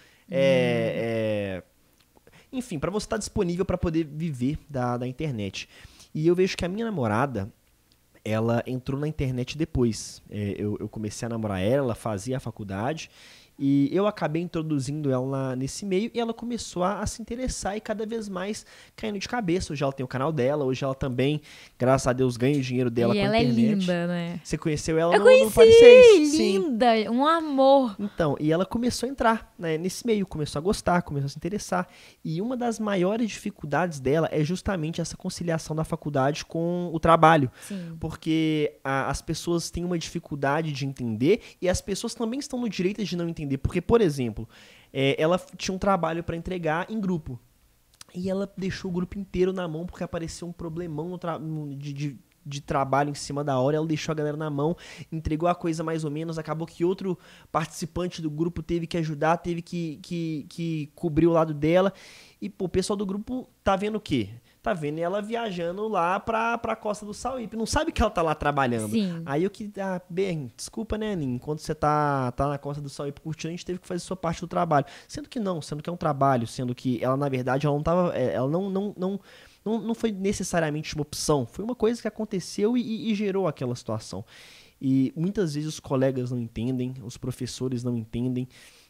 É, hum. é, enfim, para você estar disponível para poder viver da, da internet. E eu vejo que a minha namorada, ela entrou na internet depois. É, eu, eu comecei a namorar ela, ela fazia a faculdade... E eu acabei introduzindo ela na, nesse meio e ela começou a, a se interessar e cada vez mais caindo de cabeça. Hoje ela tem o canal dela, hoje ela também, graças a Deus, ganha o dinheiro dela e com a internet. internet. E ela é linda, né? Você conheceu ela eu no, conheci, no Pari seis? Linda, Sim. Um amor. Então, e ela começou a entrar, né, nesse meio, começou a gostar, começou a se interessar. E uma das maiores dificuldades dela é justamente essa conciliação da faculdade com o trabalho. Sim. Porque a, as pessoas têm uma dificuldade de entender e as pessoas também estão no direito de não entender. Porque, por exemplo, É, ela tinha um trabalho para entregar em grupo. E ela deixou o grupo inteiro na mão porque apareceu um problemão no tra- no, de, de, de trabalho em cima da hora. Ela deixou a galera na mão, entregou a coisa mais ou menos. Acabou que outro participante do grupo teve que ajudar, teve que, que, que cobrir o lado dela. E pô, o pessoal do grupo tá vendo o quê? Tá vendo ela viajando lá pra, pra Costa do Sauípe. Não sabe que ela tá lá trabalhando. Sim. Aí eu que... Ah, bem, desculpa, né, Aninha? Enquanto você tá, tá na Costa do Sauípe curtindo, a gente teve que fazer sua parte do trabalho. Sendo que não, sendo que é um trabalho, sendo que ela, na verdade, ela não tava... Ela não, não, não, não, não foi necessariamente uma opção. Foi uma coisa que aconteceu e, e, e gerou aquela situação. E muitas vezes os colegas não entendem, os professores não entendem.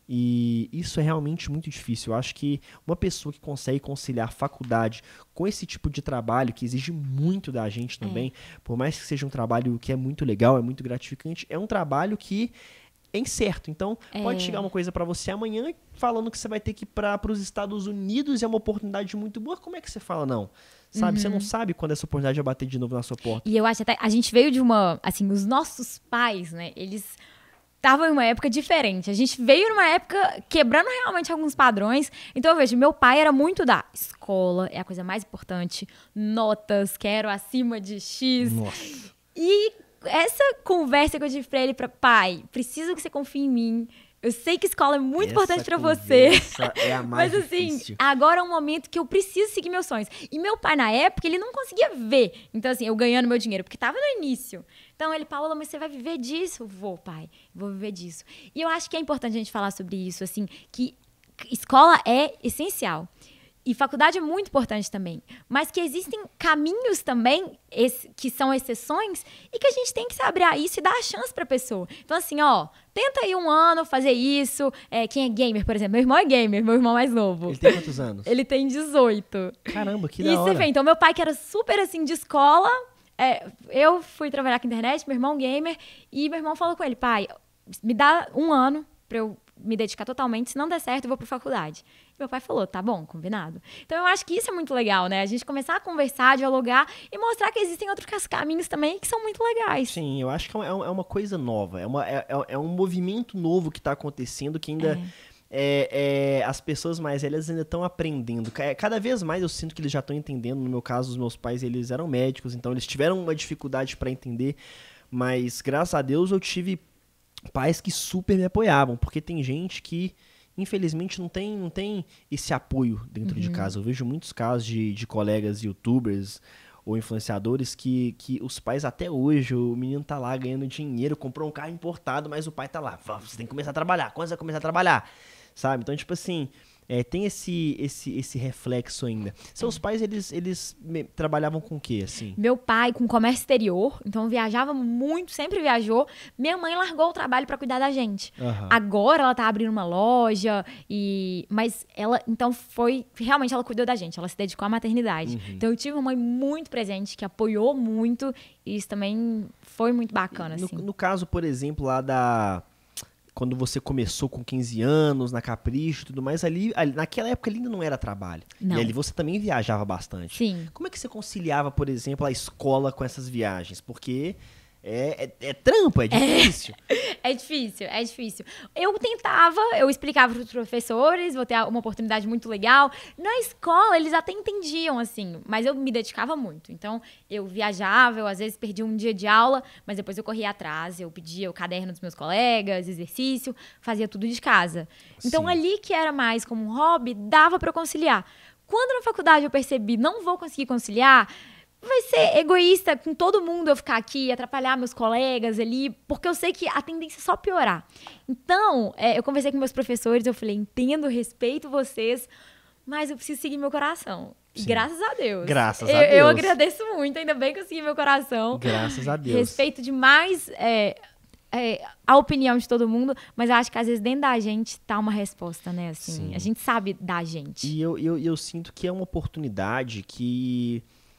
E isso é realmente muito difícil. Eu acho que uma pessoa que consegue conciliar faculdade com esse tipo de trabalho, que exige muito da gente também, é. por mais que seja um trabalho que é muito legal, é muito gratificante, é um trabalho que é incerto. Então, é. pode chegar uma coisa pra você amanhã falando que você vai ter que ir para os Estados Unidos e é uma oportunidade muito boa. Como é que você fala não? Sabe? Uhum. Você não sabe quando essa oportunidade vai bater de novo na sua porta. E eu acho até... A gente veio de uma... Assim, os nossos pais, né? Eles estavam em uma época diferente. A gente veio numa época quebrando realmente alguns padrões. Então, eu vejo, meu pai era muito da escola, é a coisa mais importante. Notas, quero acima de X. Nossa. E essa conversa que eu tive pra ele, pra pai, preciso que você confie em mim. Eu sei que escola é muito Essa importante pra você. É a mais Mas assim, difícil. agora é um momento que eu preciso seguir meus sonhos. E meu pai, na época, ele não conseguia ver. Então, assim, eu ganhando meu dinheiro, porque tava no início. Então, ele, Paola, mas você vai viver disso? Vou, pai, vou viver disso. E eu acho que é importante a gente falar sobre isso, assim, que escola é essencial. E faculdade é muito importante também. Mas que existem caminhos também, esse, que são exceções, e que a gente tem que se abrir a isso e dar a chance pra pessoa. Então, assim, ó, tenta aí um ano fazer isso. É, quem é gamer, por exemplo? Meu irmão é gamer, meu irmão mais novo. Ele tem quantos anos? Ele tem dezoito. Caramba, que e da hora. você vê, então, meu pai, que era super, assim, de escola, é, eu fui trabalhar com internet, meu irmão gamer, e meu irmão falou com ele, pai, me dá um ano pra eu me dedicar totalmente, se não der certo, eu vou pra faculdade. E meu pai falou, tá bom, combinado. Então, eu acho que isso é muito legal, né? A gente começar a conversar, dialogar e mostrar que existem outros caminhos também que são muito legais. Sim, eu acho que é uma, é uma coisa nova, é, uma, é, é um movimento novo que tá acontecendo que ainda... É. É, é, as pessoas mais velhas ainda estão aprendendo. Cada vez mais eu sinto que eles já estão entendendo. No meu caso, os meus pais, eles eram médicos, então eles tiveram uma dificuldade para entender, mas graças a Deus eu tive pais que super me apoiavam, porque tem gente que infelizmente não tem, não tem esse apoio dentro uhum. de casa. Eu vejo muitos casos de, de colegas youtubers ou influenciadores que, que os pais até hoje, o menino tá lá ganhando dinheiro, comprou um carro importado, mas o pai tá lá, você tem que começar a trabalhar, quando você vai começar a trabalhar? Sabe? Então, tipo assim, é, tem esse, esse, esse reflexo ainda. Seus pais, eles, eles me, trabalhavam com o quê, assim? Meu pai com comércio exterior, então viajava muito, sempre viajou. Minha mãe largou o trabalho pra cuidar da gente. Uhum. Agora ela tá abrindo uma loja, e mas ela, então foi, realmente ela cuidou da gente, ela se dedicou à maternidade. Uhum. Então eu tive uma mãe muito presente, que apoiou muito, e isso também foi muito bacana, no, assim. No caso, por exemplo, lá da... Quando você começou com quinze anos, na Capricho e tudo mais, ali, ali, naquela época ainda não era trabalho. Não. E ali você também viajava bastante. Sim. Como é que você conciliava, por exemplo, a escola com essas viagens? Porque é, é, é trampo, é difícil. É, é difícil, é difícil. Eu tentava, eu explicava para os professores, vou ter uma oportunidade muito legal. Na escola, eles até entendiam, assim, mas eu me dedicava muito. Então, eu viajava, eu às vezes perdia um dia de aula, mas depois eu corria atrás, eu pedia o caderno dos meus colegas, exercício, fazia tudo de casa. Então, Sim. ali que era mais como um hobby, dava para eu conciliar. Quando na faculdade eu percebi, não vou conseguir conciliar, vai ser egoísta com todo mundo eu ficar aqui, atrapalhar meus colegas ali, porque eu sei que a tendência é só piorar. Então, é, eu conversei com meus professores, eu falei, entendo, respeito vocês, mas eu preciso seguir meu coração. E graças a Deus. Graças eu, a Deus. Eu agradeço muito, ainda bem que eu segui meu coração. Graças a Deus. Respeito demais é, é, a opinião de todo mundo, mas eu acho que às vezes dentro da gente tá uma resposta, né? Assim, Sim. A gente sabe da gente. E eu, eu, eu sinto que é uma oportunidade que...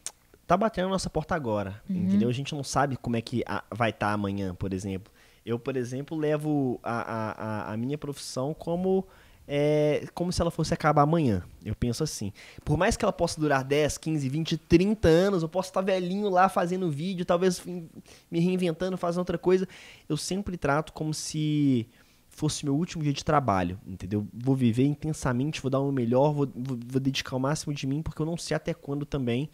tá batendo na nossa porta agora, uhum. entendeu? A gente não sabe como é que a, vai estar tá amanhã, por exemplo. Eu, por exemplo, levo a, a, a minha profissão como, é, como se ela fosse acabar amanhã. Eu penso assim. Por mais que ela possa durar dez, quinze, vinte, trinta anos, eu posso estar velhinho lá fazendo vídeo, talvez me reinventando, fazendo outra coisa. Eu sempre trato como se fosse meu último dia de trabalho, entendeu? Vou viver intensamente, vou dar o meu melhor, vou, vou, vou dedicar o máximo de mim, porque eu não sei até quando também...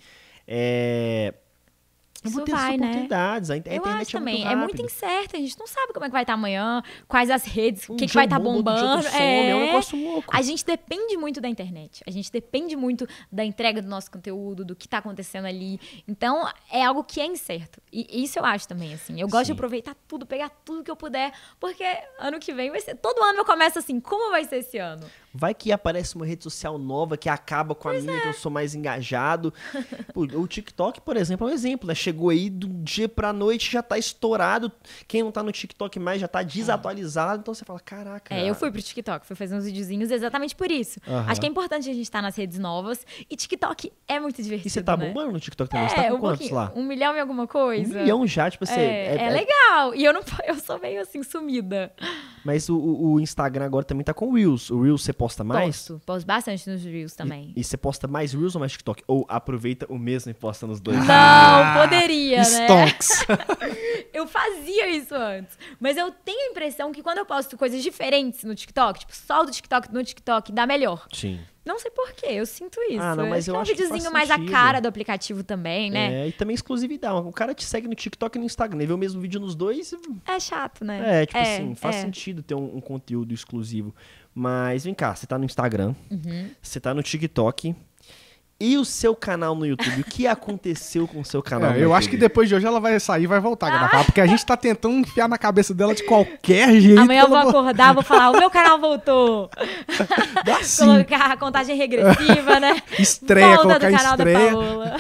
É... Eu vou ter vai, essas oportunidades. Né? A eu internet acho é também. muito É muito incerto. A gente não sabe como é que vai estar amanhã, quais as redes, o um que, que vai estar bombando. É... é um negócio louco. A gente depende muito da internet. A gente depende muito da entrega do nosso conteúdo, do que está acontecendo ali. Então, é algo que é incerto. E isso eu acho também, assim. Eu gosto Sim. de aproveitar tudo, pegar tudo que eu puder, porque ano que vem vai ser... Todo ano eu começo assim, como vai ser esse ano? Vai que aparece uma rede social nova que acaba com a minha, é. que eu sou mais engajado. Pô, o TikTok, por exemplo, é um exemplo, né? Chegou aí do dia pra noite, já tá estourado. Quem não tá no TikTok mais já tá desatualizado. É. Então você fala, caraca. É, eu fui pro TikTok, fui fazer uns videozinhos exatamente por isso. Uhum. Acho que é importante a gente estar nas redes novas. E TikTok é muito divertido. E você tá né? bombando no TikTok também? É, você tá com um quantos lá? Um milhão e alguma coisa. Um milhão já, tipo assim. É, é, é legal. E eu não eu sou meio assim, sumida. Mas o, o Instagram agora também tá com o Reels. O Reels você posta mais? Posto, posto bastante nos Reels também. E, e você posta mais Reels ou mais TikTok? Ou aproveita o mesmo e posta nos dois? Não, poderia, né? Stonks. Eu fazia isso antes. Mas eu tenho a impressão que quando eu posto coisas diferentes no TikTok, tipo, só o do TikTok no TikTok, dá melhor. Sim. Não sei porquê, eu sinto isso. Ah, não, mas eu é um acho que videozinho faz mais a sentido. cara do aplicativo também, né? É, e também exclusividade. O cara te segue no TikTok e no Instagram, vê o mesmo vídeo nos dois. É chato, né? É, tipo é, assim, faz é. sentido ter um, um conteúdo exclusivo. Mas vem cá, você tá no Instagram, uhum. você tá no TikTok. E o seu canal no YouTube? O que aconteceu com o seu canal é, no eu YouTube? acho que depois de hoje ela vai sair e vai voltar a gravar. Ah. Porque a gente tá tentando enfiar na cabeça dela de qualquer jeito. Amanhã eu vou acordar, vou falar, o meu canal voltou. Dá sim. Colocar a contagem regressiva, né? Estreia, Volta colocar do canal estreia. da Paola.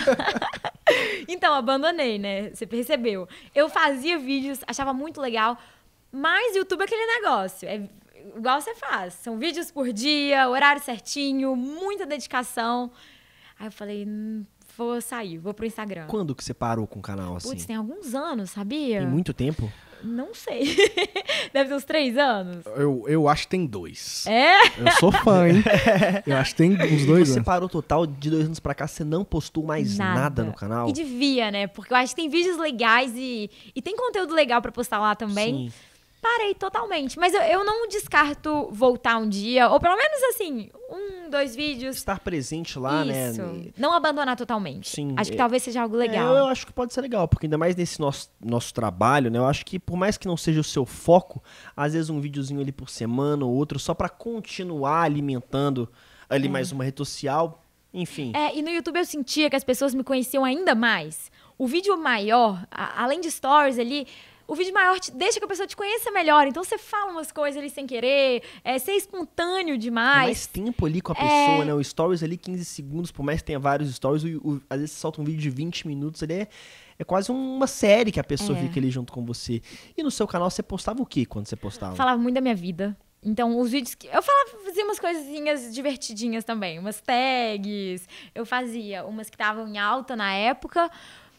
Então, abandonei, né? Você percebeu. Eu fazia vídeos, achava muito legal, mas YouTube é aquele negócio. É igual você faz. São vídeos por dia, horário certinho, muita dedicação. Aí eu falei, hum, vou sair, vou pro Instagram. Quando que você parou com o canal assim? Putz, tem alguns anos, sabia? Tem muito tempo? Não sei. Deve ter uns três anos. Eu, eu acho que tem dois. É? Eu sou fã, hein? Eu acho que tem uns dois você anos. Você parou total de dois anos pra cá, você não postou mais nada, nada no canal? E devia, né? Porque eu acho que tem vídeos legais e, e tem conteúdo legal pra postar lá também. Sim. Parei totalmente. Mas eu, eu não descarto voltar um dia, ou pelo menos assim, um, dois vídeos. Estar presente lá, Isso. né? Não abandonar totalmente. Sim. Acho que é, talvez seja algo legal. É, eu acho que pode ser legal, porque ainda mais nesse nosso, nosso trabalho, né? Eu acho que por mais que não seja o seu foco, às vezes um videozinho ali por semana ou outro, só pra continuar alimentando ali é. mais uma rede social, enfim. É, e no YouTube eu sentia que as pessoas me conheciam ainda mais. O vídeo maior, a, além de stories ali... O vídeo maior te deixa que a pessoa te conheça melhor. Então, você fala umas coisas ali sem querer. É ser espontâneo demais. É mais tempo ali com a pessoa, é... né? O stories ali, quinze segundos. Por mais que tenha vários stories, o, o, às vezes você solta um vídeo de vinte minutos. Ali é, é quase uma série que a pessoa é. fica ali junto com você. E no seu canal, você postava o que quando você postava? Falava muito da minha vida. Então, os vídeos que... Eu falava, fazia umas coisinhas divertidinhas também. Umas tags. Eu fazia umas que estavam em alta na época...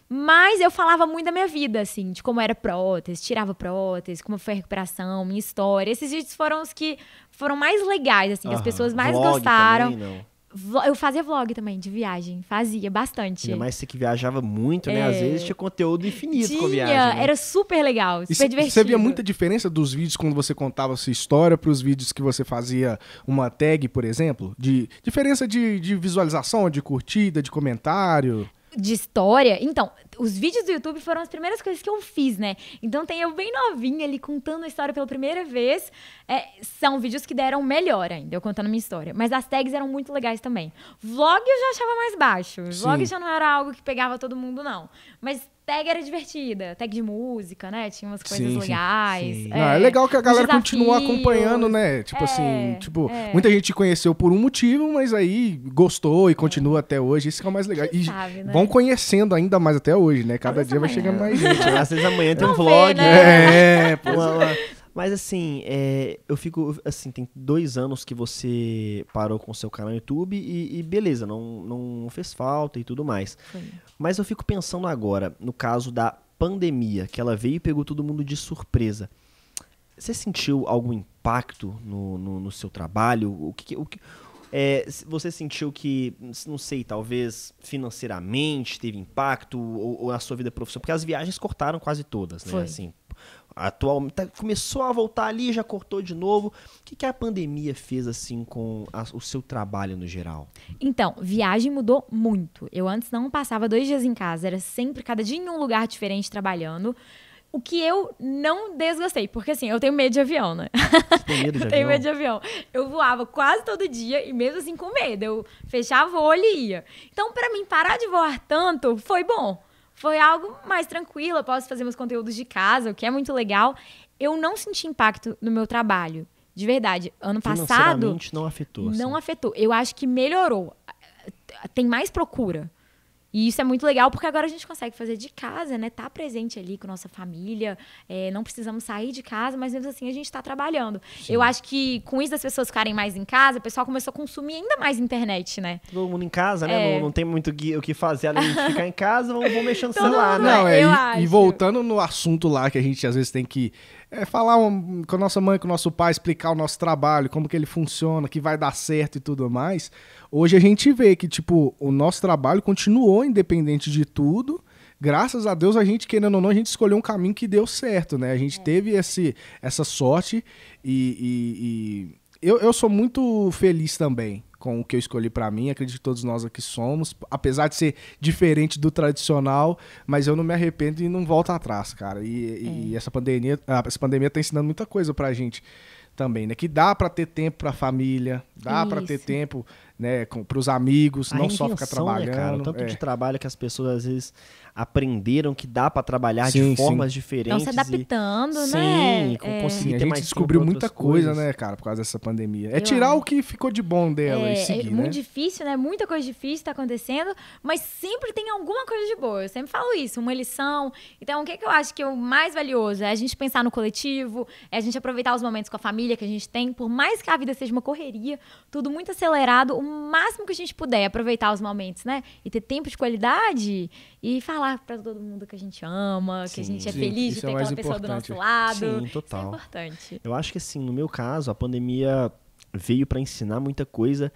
Mas eu falava muito da minha vida, assim, de como era prótese, tirava prótese, como foi a recuperação, minha história. Esses vídeos foram os que foram mais legais, assim, que as pessoas mais vlog gostaram. Também, não. Eu fazia vlog também, de viagem. Fazia bastante. Ainda mais você que viajava muito, né? É. Às vezes tinha conteúdo infinito tinha, com a viagem. Né? Era super legal, super e divertido. Você via muita diferença dos vídeos quando você contava a sua história para os vídeos que você fazia uma tag, por exemplo? De diferença de, de visualização, de curtida, de comentário... De história? Então, os vídeos do YouTube foram as primeiras coisas que eu fiz, né? Então tem eu bem novinha ali contando a história pela primeira vez. É, são vídeos que deram melhor ainda, eu contando a minha história. Mas as tags eram muito legais também. Vlog eu já achava mais baixo. Vlog já não era algo que pegava todo mundo, não. Mas tag era divertida. Tag de música, né? Tinha umas coisas sim, legais. Sim. É, não, é legal que a galera desafios, continua acompanhando, né? Tipo é, assim, tipo, é. muita gente conheceu por um motivo, mas aí gostou e continua é. até hoje. Isso que é o mais legal. Quem e sabe, né? vão conhecendo ainda mais até hoje, né? Cada dia vai amanhã. chegando mais gente. Às vezes amanhã tem um Vamos vlog. ver, né? É, pô. Uma, uma... Mas assim, é, eu fico, assim, tem dois anos que você parou com o seu canal no YouTube e, e beleza, não, não fez falta e tudo mais. Foi. Mas eu fico pensando agora, no caso da pandemia, que ela veio e pegou todo mundo de surpresa. Você sentiu algum impacto no, no, no seu trabalho? O que, o que, é, você sentiu que, não sei, talvez financeiramente teve impacto ou, ou na sua vida profissional? Porque as viagens cortaram quase todas, né? Foi. Assim, atual, tá, começou a voltar ali, já cortou de novo. O que, que a pandemia fez assim com a, o seu trabalho no geral? Então, viagem mudou muito. Eu antes não passava dois dias em casa, era sempre cada dia em um lugar diferente trabalhando. O que eu não desgostei, porque assim, eu tenho medo de avião, né? Você tem medo de eu avião? tenho medo de avião. Eu voava quase todo dia e mesmo assim com medo. Eu fechava o olho e ia. Então, pra mim, parar de voar tanto foi bom. Foi algo mais tranquilo, eu posso fazer meus conteúdos de casa, o que é muito legal. Eu não senti impacto no meu trabalho. De verdade. Ano passado, Financeiramente não afetou. não assim. afetou. Eu acho que melhorou. Tem mais procura. E isso é muito legal, porque agora a gente consegue fazer de casa, né? Tá presente ali com nossa família, é, não precisamos sair de casa, mas mesmo assim a gente tá trabalhando. Sim. Eu acho que com isso das pessoas ficarem mais em casa, o pessoal começou a consumir ainda mais internet, né? Todo mundo em casa, né? É. Não, não tem muito gui- o que fazer além de ficar em casa, vamos, vamos mexer no Todo celular, mundo né? Não, é, eu e, acho. e voltando no assunto lá que a gente às vezes tem que é, falar um- com a nossa mãe, com o nosso pai, explicar o nosso trabalho, como que ele funciona, que vai dar certo e tudo mais. Hoje a gente vê que, tipo, o nosso trabalho continuou independente de tudo. Graças a Deus, a gente, querendo ou não, a gente escolheu um caminho que deu certo, né? A gente teve esse, essa sorte e, e- e eu, eu sou muito feliz também com o que eu escolhi pra mim. Acredito que todos nós aqui somos, apesar de ser diferente do tradicional, mas eu não me arrependo e não volto atrás, cara. E, e essa pandemia, ah, essa pandemia tá ensinando muita coisa pra gente também, né? Que dá pra ter tempo pra família, dá pra ter Isso. tempo, né, com, pros amigos, A não só ficar reinvenção, né, trabalhando. cara? O tanto é. de trabalho que as pessoas às vezes aprenderam que dá pra trabalhar Sim, de formas sim. diferentes. Estão se e- adaptando, Sim, né? com- É. conseguir Sim, a ter gente mais descobriu tempo pra muita outras coisa, coisas. né, cara, por causa dessa pandemia. É Eu tirar acho. o que ficou de bom dela É, e seguir, é né? muito difícil, né? Muita coisa difícil tá acontecendo, mas sempre tem alguma coisa de boa. Eu sempre falo isso, uma lição. Então, o que, que eu acho que é o mais valioso? É a gente pensar no coletivo, é a gente aproveitar os momentos com a família que a gente tem, por mais que a vida seja uma correria, tudo muito acelerado, o máximo que a gente puder, aproveitar os momentos, né? E ter tempo de qualidade e falar pra todo mundo que a gente ama, que a Sim. gente é Sim, feliz de isso ter é o mais aquela pessoa do importante. nosso lado. Sim, Isso total. é importante. Eu acho que assim, no meu caso, a pandemia veio pra ensinar muita coisa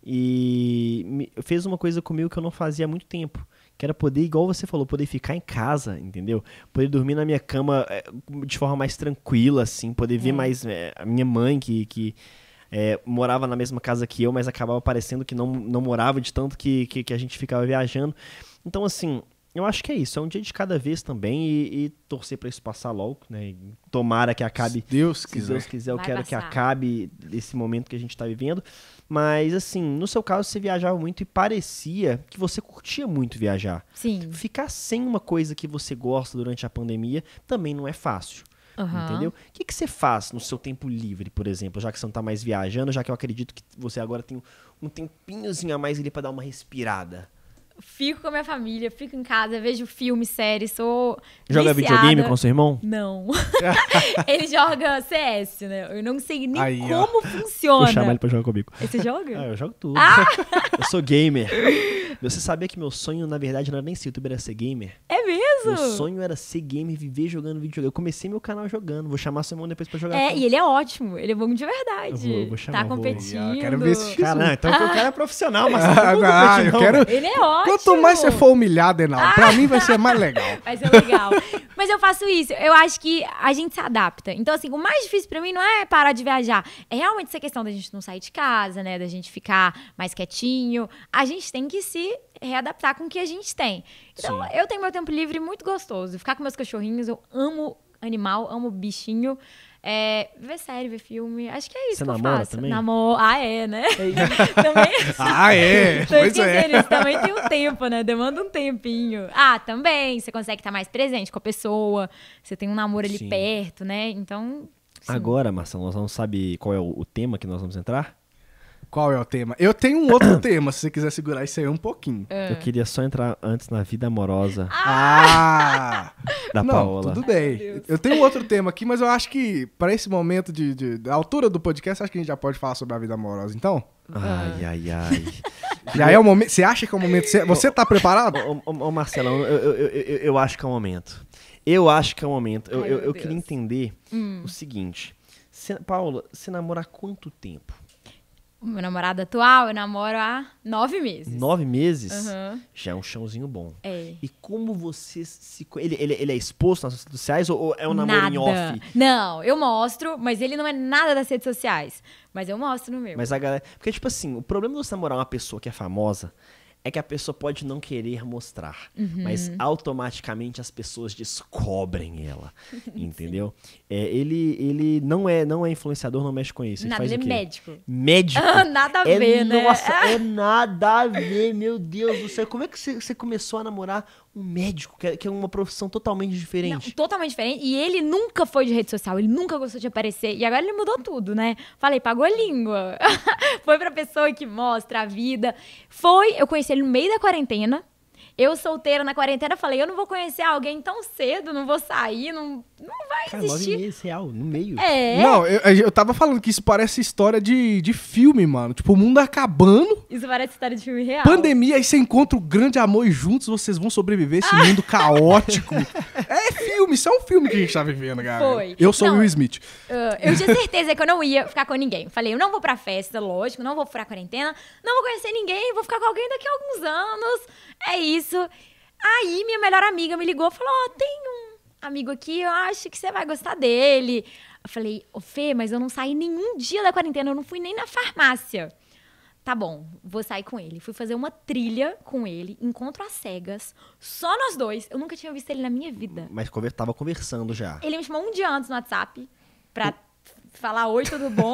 e me- fez uma coisa comigo que eu não fazia há muito tempo, que era poder, igual você falou, poder ficar em casa, entendeu? Poder dormir na minha cama é, de forma mais tranquila, assim, poder ver É. mais é, a minha mãe, que, que é, morava na mesma casa que eu, mas acabava parecendo que não, não morava de tanto que, que, que a gente ficava viajando. Então, assim, eu acho que é isso, é um dia de cada vez também e, e torcer pra isso passar logo, né? E tomara que acabe. Se Deus Se quiser. Deus quiser, eu Vai quero que passar. acabe esse momento que a gente tá vivendo. Mas, assim, no seu caso, você viajava muito e parecia que você curtia muito viajar. Sim. Ficar sem uma coisa que você gosta durante a pandemia também não é fácil. Aham. Entendeu? O que, que você faz no seu tempo livre, por exemplo, já que você não tá mais viajando, já que eu acredito que você agora tem um tempinhozinho a mais ali pra dar uma respirada? Fico com a minha família, fico em casa, vejo filme, série, sou Joga viciada. videogame com seu irmão? Não. Ele joga C S, né? Eu não sei nem Aí, ó. como funciona. Vou chamar ele pra jogar comigo. Aí Você joga? Ah, eu jogo tudo. Eu sou gamer. Você sabia que meu sonho, na verdade, não era nem ser youtuber, era ser gamer? É mesmo? Meu sonho era ser gamer e viver jogando videogame. Eu comecei meu canal jogando. Vou chamar seu irmão depois pra jogar. É, com- e ele é ótimo. Ele é bom de verdade. Eu vou- eu vou chamar, tá eu vou- competindo. Eu quero ver esse- Cara, não, então o cara é profissional, mas Ah, não, não, eu quero... Ele é ótimo. Quanto mais você for humilhado, Enaldo, pra mim vai ser mais legal. Vai ser legal. Mas eu faço isso. Eu acho que a gente se adapta. Então, assim, o mais difícil pra mim não é parar de viajar. É realmente essa questão da gente não sair de casa, né? Da gente ficar mais quietinho. A gente tem que se readaptar com o que a gente tem. Então, Sim. eu tenho meu tempo livre muito gostoso. Ficar com meus cachorrinhos. Eu amo animal, amo bichinho. É, ver série, ver filme. Acho que é isso Você que eu namora faço. também? Namoro. Ah, é, né? também. Ah, é? Tô Pois é. esquecendo isso, também tem um tempo, né? Demanda um tempinho. Ah, também, você consegue estar mais presente com a pessoa, você tem um namoro ali Sim. perto, né? Então, sim. Agora, Marcelo, nós não sabe qual é o, o tema que nós vamos entrar? Qual é o tema? Eu tenho um outro tema, se você quiser segurar isso aí um pouquinho. É. Eu queria só entrar antes na vida amorosa Ah! da Não, Paola. tudo bem. Eu tenho um outro tema aqui, mas eu acho que pra esse momento de, de- da altura do podcast, acho que a gente já pode falar sobre a vida amorosa. Então, Ai, ai, ai. já é o momento. Você acha que é o momento? Você, você tá preparado? Ô, ô, ô, Marcelão, eu, eu, eu, eu, eu acho que é o momento. Eu acho que é o momento. Eu, Ai, eu, meu eu Deus. queria entender Hum. o seguinte. Cê, Paola, você namora há quanto tempo? O meu namorado atual, eu namoro há nove meses. Nove meses? Aham. Já é um chãozinho bom. É. E como você se... co- Ele, ele, ele é exposto nas redes sociais ou, ou é um namoro nada. em off? Não, eu mostro, mas ele não é nada das redes sociais. Mas eu mostro no meu. Mas a galera... Porque, tipo assim, o problema de você namorar uma pessoa que é famosa é que a pessoa pode não querer mostrar, Uhum. mas automaticamente as pessoas descobrem ela, entendeu? É, ele, ele não é não é influenciador, não mexe com isso. Ele Nada, faz ele o é quê? médico. Médico? Nada a É, ver, né? Nossa, é nada a ver, meu Deus do céu. Como é que você, você começou a namorar um um médico, que é, que é uma profissão totalmente diferente. Não, totalmente diferente. E ele nunca foi de rede social, ele nunca gostou de aparecer. E agora ele mudou tudo, né? Falei, pagou a língua. Foi pra pessoa que mostra a vida. Foi, eu conheci ele no meio da quarentena. Eu, solteira na quarentena, falei, eu não vou conhecer alguém tão cedo, não vou sair, não, não vai Cara, nove existir. meses real, no meio. É, Não, eu, eu tava falando que isso parece história de, de filme, mano. Tipo, o mundo acabando, isso parece história de filme real. pandemia, aí você encontra o grande amor e juntos vocês vão sobreviver esse mundo caótico. É filme, isso é um filme que a gente tá vivendo, cara. Foi. Eu sou o Não, Will Smith. Uh, eu tinha certeza que eu não ia ficar com ninguém. Falei, eu não vou pra festa, lógico, não vou furar quarentena, não vou conhecer ninguém, vou ficar com alguém daqui a alguns anos. É isso. Aí minha melhor amiga me ligou e falou, ó, oh, tem um amigo aqui, eu acho que você vai gostar dele. Eu falei, ô Fê, mas eu não saí nenhum dia da quarentena, eu não fui nem na farmácia. Tá bom, vou sair com ele. Fui fazer uma trilha com ele, encontro às cegas, só nós dois. Eu nunca tinha visto ele na minha vida. Mas conver- tava conversando já. Ele me chamou um dia antes no WhatsApp pra falar oi, tudo bom?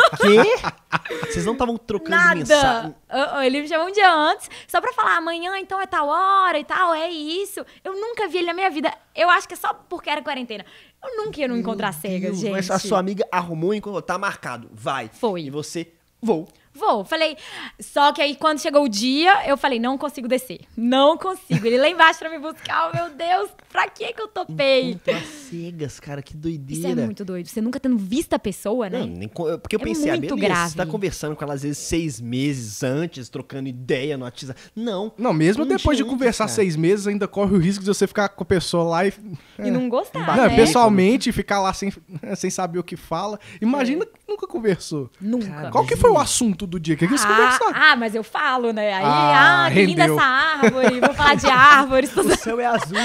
Quê? Vocês não estavam trocando Nada. mensagem? Uh, uh, ele me chamou um dia antes, só pra falar, amanhã então é tal hora e tal, é isso. Eu nunca vi ele na minha vida. Eu acho que é só porque era quarentena. Eu nunca ia não encontrar cegas, Deus, gente. Mas a sua amiga arrumou e encontrou. Tá marcado, vai. Foi. E você, vou. Vou. Falei, só que aí quando chegou o dia, eu falei, não consigo descer. Não consigo. Ele lá embaixo pra me buscar, oh, meu Deus, pra que que eu topei? Encontrar cegas, cara, que doideira. Isso é muito doido. Você nunca tendo visto a pessoa, né? Não, nem co- porque eu É pensei, ah, muito beleza, grave. você tá conversando com ela às vezes seis meses antes, trocando ideia no WhatsApp. Não. Não, mesmo Um depois de dia antes, conversar cara. seis meses, ainda corre o risco de você ficar com a pessoa lá e... E não gostar, Não, né? pessoalmente, ficar lá sem, sem saber o que fala. Imagina que nunca conversou. Nunca. Cara, Qual que foi o assunto do dia? O que, que eles Ah, conversaram? ah, mas eu falo, né? Aí, Ah, ah, que linda rendeu. essa árvore. Vou falar de árvores. O céu é azul.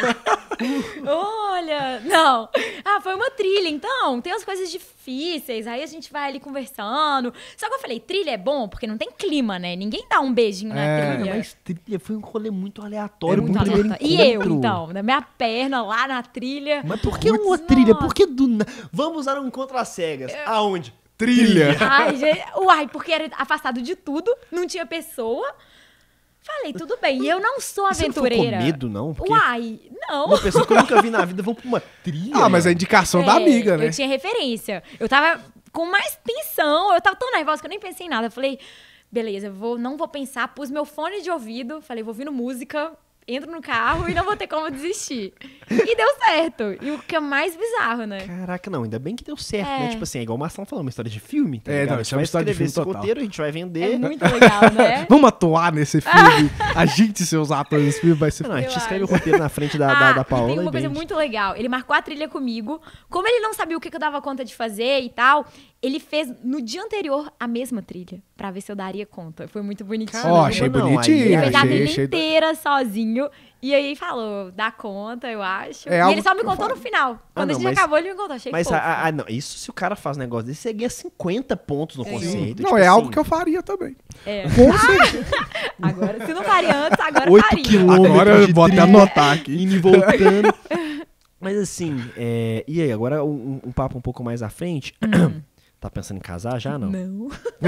Olha, não. Ah, foi uma trilha, então. Tem umas coisas difíceis. Aí a gente vai ali conversando. Só que eu falei, trilha é bom porque não tem clima, né? Ninguém dá um beijinho na É. trilha. Mas trilha foi um rolê muito aleatório. Muito um primeiro aleatório. E eu, encontro. então, na minha perna lá na trilha. Mas por que uma Putz, trilha? nossa. Por que do... na- Vamos usar um encontro às cegas. Aonde? Trilha. Ai, gente, uai, porque era afastado de tudo, não tinha pessoa. Falei, tudo bem. E eu não sou E você não ficou aventureira. com medo, não? Porque Uai, não. uma pessoa que eu nunca vi na vida, vamos pra uma trilha. Ah, mas a indicação da É, amiga, né? Eu tinha referência. Eu tava com mais tensão, eu tava tão nervosa que eu nem pensei em nada. Eu falei, beleza, eu vou, não vou pensar, pus meu fone de ouvido, falei, vou ouvindo música, entro no carro e não vou ter como desistir. E deu certo. E o que é mais bizarro, né? Caraca, não, ainda bem que deu certo, É. né? Tipo assim, é igual o Marcelo falou, uma história de filme, tá É, ligado? não, A isso gente é uma vai história de escrever filme esse total. roteiro, a gente vai É vender. muito legal, né? Vamos atuar nesse filme. A gente ser os atores desse filme vai ser... Não, a gente Eu escreve acho. o roteiro na frente da, Ah, da, da e Paola tem uma e coisa vende. muito legal. Ele marcou a trilha comigo. Como ele não sabia o que que eu dava conta de fazer e tal, ele fez no dia anterior a mesma trilha, pra ver se eu daria conta. Foi muito bonitinho. Ó, achei Não, bonitinho. aí Ele é, fez a achei, trilha achei... inteira sozinho. E aí falou, dá conta, eu acho. É e algo ele só me que eu contou no falo. final. Quando não, a gente mas- acabou, ele me contou. Achei Mas, fofo. ah, ah, não, isso se o cara faz um negócio desse, você ganha cinquenta pontos no conceito. Não, tipo é algo assim. que eu faria também. É. Com certeza. Agora, se não faria antes, agora Oito faria. quilômetros. Agora eu de vou até trilha. anotar aqui. Indo e voltando. Mas assim, é, e aí, agora um, um papo um pouco mais à frente. Tá pensando em casar já, não? Não.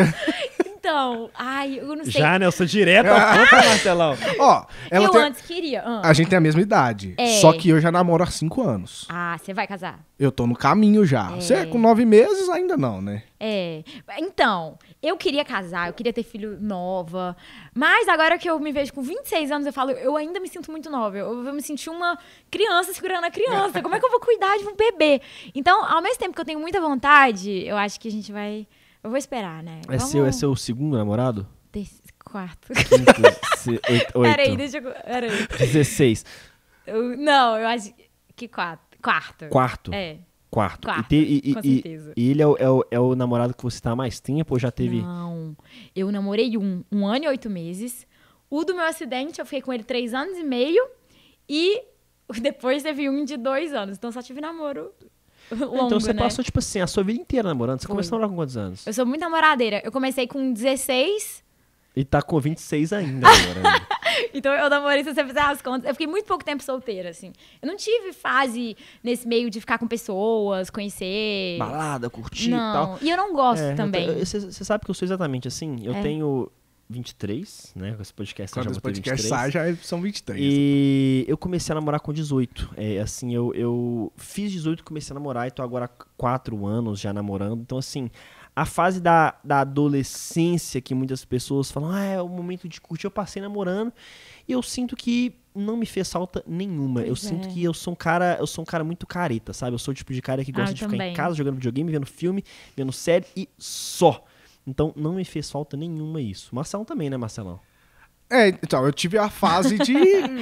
Então, ai, eu não sei. Já, né? Eu sou direto ao ponto, Marcelão. Ó, ela eu tem... antes queria. ah. A gente tem a mesma idade. É. Só que eu já namoro há cinco anos. Ah, você vai casar? Eu tô no caminho já. Você com nove meses ainda não, né? É. Então, eu queria casar, eu queria ter filho nova. Mas agora que eu me vejo com vinte e seis anos, eu falo, eu ainda me sinto muito nova. Eu vou me sentir uma criança segurando a criança. Como é que eu vou cuidar de um bebê? Então, ao mesmo tempo que eu tenho muita vontade, eu acho que a gente vai. Eu vou esperar, né? É seu, é seu segundo namorado? Desse quarto. Quinto, se, oito, Peraí, oito, deixa eu. Peraí. dezesseis. Eu- não, eu acho que quatro. Quarto. Quarto. É. Quarto. Quarto, e, te- e- com e- certeza. e ele é o, é, o, é o namorado que você tá há mais tempo ou já teve? Não. Eu namorei um, um ano e oito meses. O do meu acidente, eu fiquei com ele três anos e meio. E depois teve um de dois anos. Então só tive namoro longo, Então você né? passou, tipo assim, a sua vida inteira namorando. Você Foi. começou a namorar com quantos anos? Eu sou muito namoradeira. Eu comecei com dezesseis. E tá com vinte e seis ainda namorando. Então eu namorei, se você fizer as contas. Eu fiquei muito pouco tempo solteira, assim. Eu não tive fase nesse meio de ficar com pessoas, conhecer. Balada, curtir e tal. Não. E eu não gosto É, também. Você sabe que eu sou exatamente assim? Eu É. tenho vinte e três, né? Com esse podcast Quando já esse vou ter podcast vinte e três. sai, já é- são vinte e três. E eu comecei a namorar com dezoito. É, assim, eu, eu fiz dezoito, comecei a namorar e tô agora há quatro anos já namorando. Então, assim, a fase da, da adolescência que muitas pessoas falam, ah, é o momento de curtir, eu passei namorando. E eu sinto que não me fez falta nenhuma. Pois eu é. sinto que eu sou um cara, eu sou um cara muito careta, sabe? Eu sou o tipo de cara que gosta eu de ficar também. em casa jogando videogame, vendo filme, vendo série e só. Então, não me fez falta nenhuma isso. Marcelão também, né, Marcelão? É, então, eu tive a fase de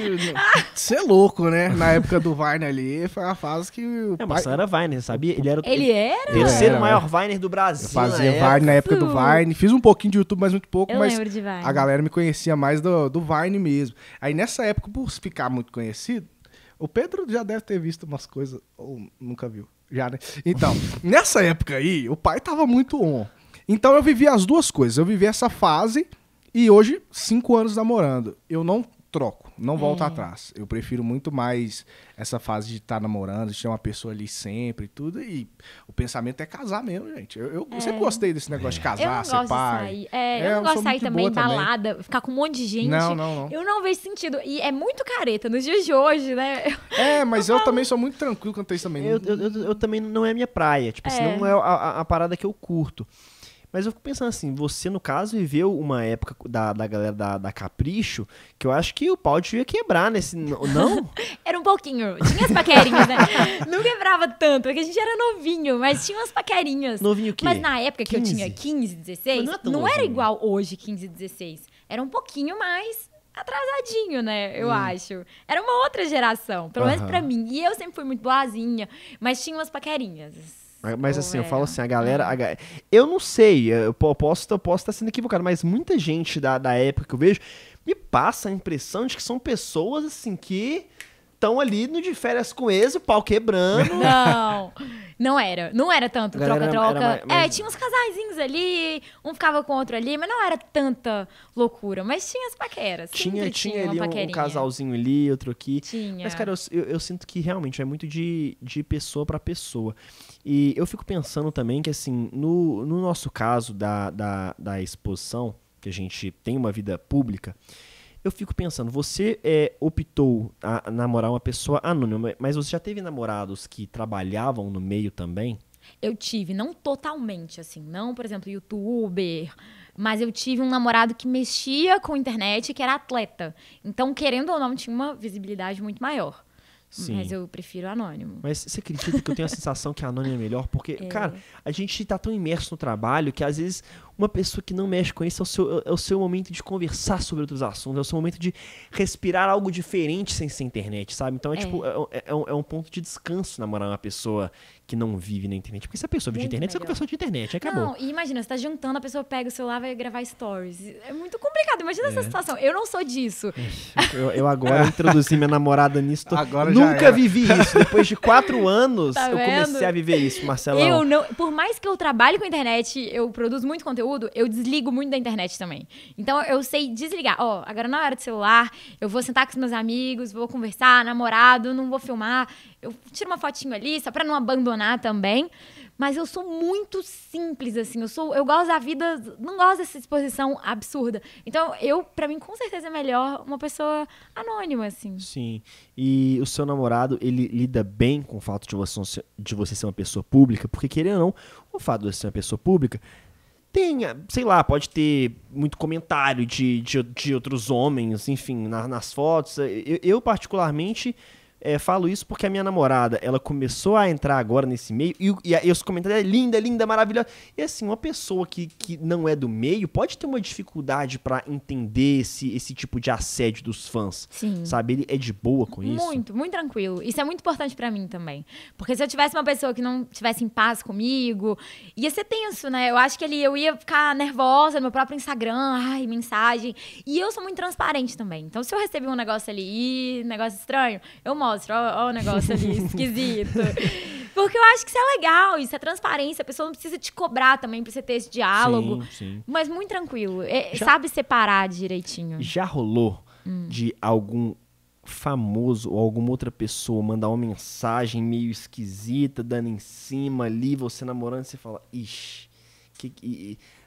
ser louco, né? Na época do Vine ali, foi a fase que o É, pai... Marcelo era Viner, sabia? Ele era o Ele era? terceiro Era, maior Viner do Brasil. Eu fazia na época. Vine na época do Vine. Fiz um pouquinho de YouTube, mas muito pouco. Eu mas lembro de Vine. a galera me conhecia mais do, do Vine mesmo. Aí nessa época, por ficar muito conhecido, o Pedro já deve ter visto umas coisas, ou nunca viu. Já, né? Então, nessa época aí, o pai tava muito on. Então eu vivi as duas coisas. Eu vivi essa fase e hoje, cinco anos namorando. Eu não troco, não volto É. atrás. Eu prefiro muito mais essa fase de estar namorando, de ter uma pessoa ali sempre e tudo. E o pensamento é casar mesmo, gente. Eu, eu É. sempre gostei desse negócio de casar, Eu não ser gosto de pai. sair. É, É, eu eu não gosto sou de sair muito também, boa também. balada, ficar com um monte de gente. Não, não, não. Eu não vejo sentido. E é muito careta nos dias de hoje, né? É, mas eu também sou muito tranquilo quanto a isso também. Eu, eu, eu- eu também não é minha praia. Tipo, assim, É. não é a, a- a parada que eu curto. Mas eu fico pensando assim, você, no caso, viveu uma época da, da galera da, da Capricho que eu acho que o pau devia quebrar nesse... Não? Era um pouquinho. Tinha as paquerinhas, né? Não quebrava tanto, porque a gente era novinho, mas tinha umas paquerinhas. Novinho o quê? Mas na época que quinze? eu tinha quinze, dezesseis, Mas não não, é tão era novinho. igual hoje, quinze, dezesseis. Era um pouquinho mais atrasadinho, né? Eu acho. Era uma outra geração, pelo menos Aham. pra mim. E eu sempre fui muito boazinha, mas tinha umas paquerinhas. Mas, mas assim, eu Ou falo era? assim, a galera... a ga- eu não sei, eu po- posso eu posso estar sendo equivocado, mas muita gente da, da época que eu vejo me passa a impressão de que são pessoas, assim, que estão ali no de férias com ex, o pau quebrando. Não, não era. Não era tanto A galera era- troca-troca. era mais- É, mais- tinha uns casaizinhos ali, um ficava com o outro ali, mas não era tanta loucura. Mas tinha as paqueras. Tinha, sempre tinha uma ali um, um paquerinha. casalzinho ali, outro aqui. Tinha. Mas, cara, eu, eu, eu sinto que realmente é muito de, de pessoa pra pessoa. E eu fico pensando também que, assim, no, no nosso caso da, da, da exposição, que a gente tem uma vida pública, eu fico pensando, você é, optou a namorar uma pessoa anônima, mas você já teve namorados que trabalhavam no meio também? Eu tive, não totalmente, assim, não, por exemplo, youtuber, mas eu tive um namorado que mexia com internet, que era atleta. Então, querendo ou não, tinha uma visibilidade muito maior. Sim. Mas eu prefiro anônimo. Mas você acredita que eu tenho a sensação que a anônima é melhor? Porque, cara, a gente tá tão imerso no trabalho que às vezes uma pessoa que não mexe com isso é o seu, é o seu momento de conversar sobre outros assuntos, é o seu momento de respirar algo diferente sem ser internet, sabe? Então é, É. tipo, é, é um, é um ponto de descanso namorar uma pessoa que não vive na internet. Porque se a pessoa vive de Muito internet, você é uma melhor. pessoa de internet, acabou. Não, e imagina, você tá jantando, a pessoa pega o celular e vai gravar stories. É muito complicado, imagina essa situação. Eu não sou disso. Eu, eu agora introduzi minha namorada nisso. tô- Agora já Nunca era. vivi isso. Depois de quatro anos, Tá eu comecei vendo? a viver isso, Marcelão. Eu não, por mais que eu trabalhe com internet, eu produzo muito conteúdo, eu desligo muito da internet também. Então eu sei desligar. Ó, agora na hora do celular, eu vou sentar com os meus amigos, vou conversar, namorado, não vou filmar. Eu tiro uma fotinho ali, só pra não abandonar também. Mas eu sou muito simples, assim. Eu sou, eu gosto da vida, não gosto dessa exposição absurda. Então, eu, pra mim, com certeza é melhor uma pessoa anônima, assim. Sim. E o seu namorado, ele lida bem com o fato de você, de você ser uma pessoa pública? Porque, querendo ou não, o fato de você ser uma pessoa pública tem, sei lá, pode ter muito comentário de, de, de outros homens, enfim, na- nas fotos. Eu, eu particularmente... É, falo isso porque a minha namorada, ela começou a entrar agora nesse meio e, e, e os comentários é linda, linda, maravilhosa. E assim, uma pessoa que, que não é do meio pode ter uma dificuldade pra entender esse, esse tipo de assédio dos fãs. Sim. Sabe? Ele é de boa com isso. Muito, muito tranquilo. Isso é muito importante pra mim também. Porque se eu tivesse uma pessoa que não tivesse em paz comigo, ia ser tenso, né? Eu acho que ali eu ia ficar nervosa no meu próprio Instagram, ai, mensagem. E eu sou muito transparente também. Então, se eu receber um negócio ali, negócio estranho, eu mostro, ó, ó o negócio ali esquisito. Porque eu acho que isso é legal, isso é transparência. A pessoa não precisa te cobrar também pra você ter esse diálogo. Sim, sim. Mas muito tranquilo. É, Já- sabe separar direitinho. Já rolou Hum. de algum famoso ou alguma outra pessoa mandar uma mensagem meio esquisita, dando em cima ali, você namorando, você fala, ixi, que, que,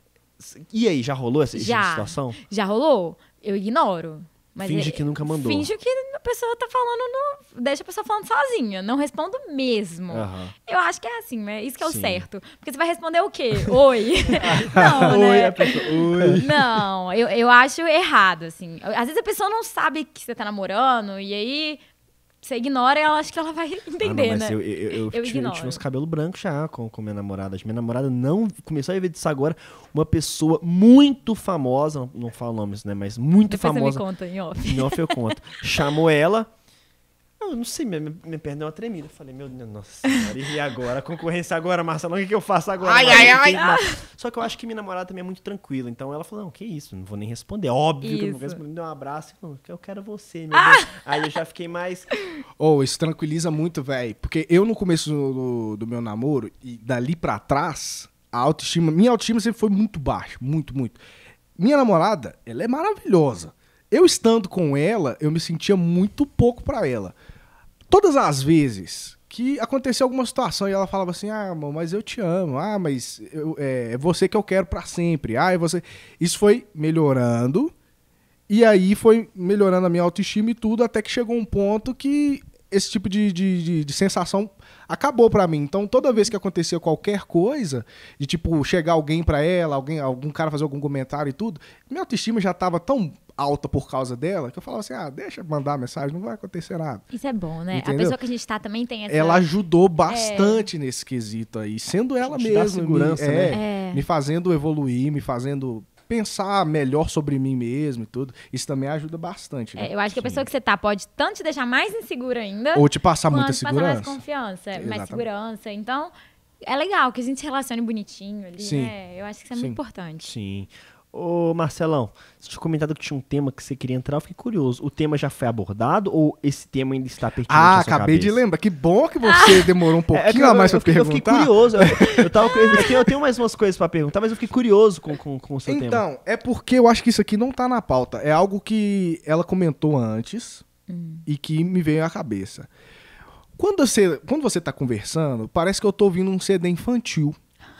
E aí, já rolou essa, essa Já. situação? Já rolou? Eu ignoro. Mas Finge é- que nunca mandou. Finge que a pessoa tá falando no... Deixa a pessoa falando sozinha. Não respondo mesmo. Aham. Eu acho que é assim, né? Isso que é o Sim. certo. Porque você vai responder o quê? Oi. Não, Oi, né? a pessoa, oi. Não, eu, eu acho errado, assim. Às vezes a pessoa não sabe que você tá namorando, e aí você ignora e ela acha que ela vai entender, ah, não, mas né? eu, eu, eu, Eu tive, eu ignoro. tive uns cabelos brancos já com, com minha namorada. Minha namorada não começou a ver disso agora. Uma pessoa muito famosa, não, não falo nomes, né? Mas muito Depois famosa. você me conta em off. Em off eu conto. Chamou ela. Eu não sei, minha, minha perna deu uma tremida. Eu falei, meu Deus, nossa senhora, e agora? A concorrência agora, Marcelo, o que, que eu faço agora? Ai, Marcelo? ai, Que- ai. Só que eu acho que minha namorada também é muito tranquila. Então ela falou, não, que isso, não vou nem responder. Óbvio que eu não vou Isso. responder. Me deu um abraço e falou, eu quero você, meu Deus. Aí eu já fiquei mais... Ou isso tranquiliza muito, velho. Porque eu no começo do, do meu namoro, e dali pra trás, a autoestima, minha autoestima sempre foi muito baixa. Muito, muito. Minha namorada, ela é maravilhosa. Eu estando com ela, eu me sentia muito pouco pra ela. Todas as vezes que aconteceu alguma situação e ela falava assim, ah, amor, mas eu te amo. Ah, mas eu- é, é você que eu quero pra sempre. Ah, é você... Isso foi melhorando. E aí foi melhorando a minha autoestima e tudo, até que chegou um ponto que esse tipo de, de, de- de sensação acabou pra mim. Então, toda vez que acontecia qualquer coisa, de tipo, chegar alguém pra ela, alguém, algum cara fazer algum comentário e tudo, minha autoestima já tava tão alta por causa dela, que eu falava assim, ah, deixa eu mandar mensagem, não vai acontecer nada. Isso é bom, né? Entendeu? A pessoa que a gente tá também tem essa... Ela ajudou bastante nesse quesito aí, sendo ela Te dá mesma, segurança, me, né? é, É. me fazendo evoluir, me fazendo pensar melhor sobre mim mesmo e tudo. Isso também ajuda bastante, né? É, eu acho que a pessoa que você tá pode tanto te deixar mais insegura ainda, Ou te passar quanto muita passar segurança. mais confiança, mais Exatamente. segurança. Então, é legal que a gente se relacione bonitinho ali, Sim. né? Eu acho que isso é Sim. muito importante. Sim. Ô, Marcelão, você tinha comentado que tinha um tema que você queria entrar, eu fiquei curioso. O tema já foi abordado ou esse tema ainda está pertinente Ah, à sua acabei de cabeça? lembrar. Que bom que você demorou um pouquinho É que a eu, mais eu, pra fiquei, eu fiquei perguntar. curioso. Eu, eu, tava, eu, tenho, eu tenho mais umas coisas pra perguntar, mas eu fiquei curioso com, com, com o seu tema. Então, é porque eu acho que isso aqui não tá na pauta. É algo que ela comentou antes Hum. e que me veio à cabeça. Quando você, quando você tá conversando, parece que eu tô ouvindo um C D infantil.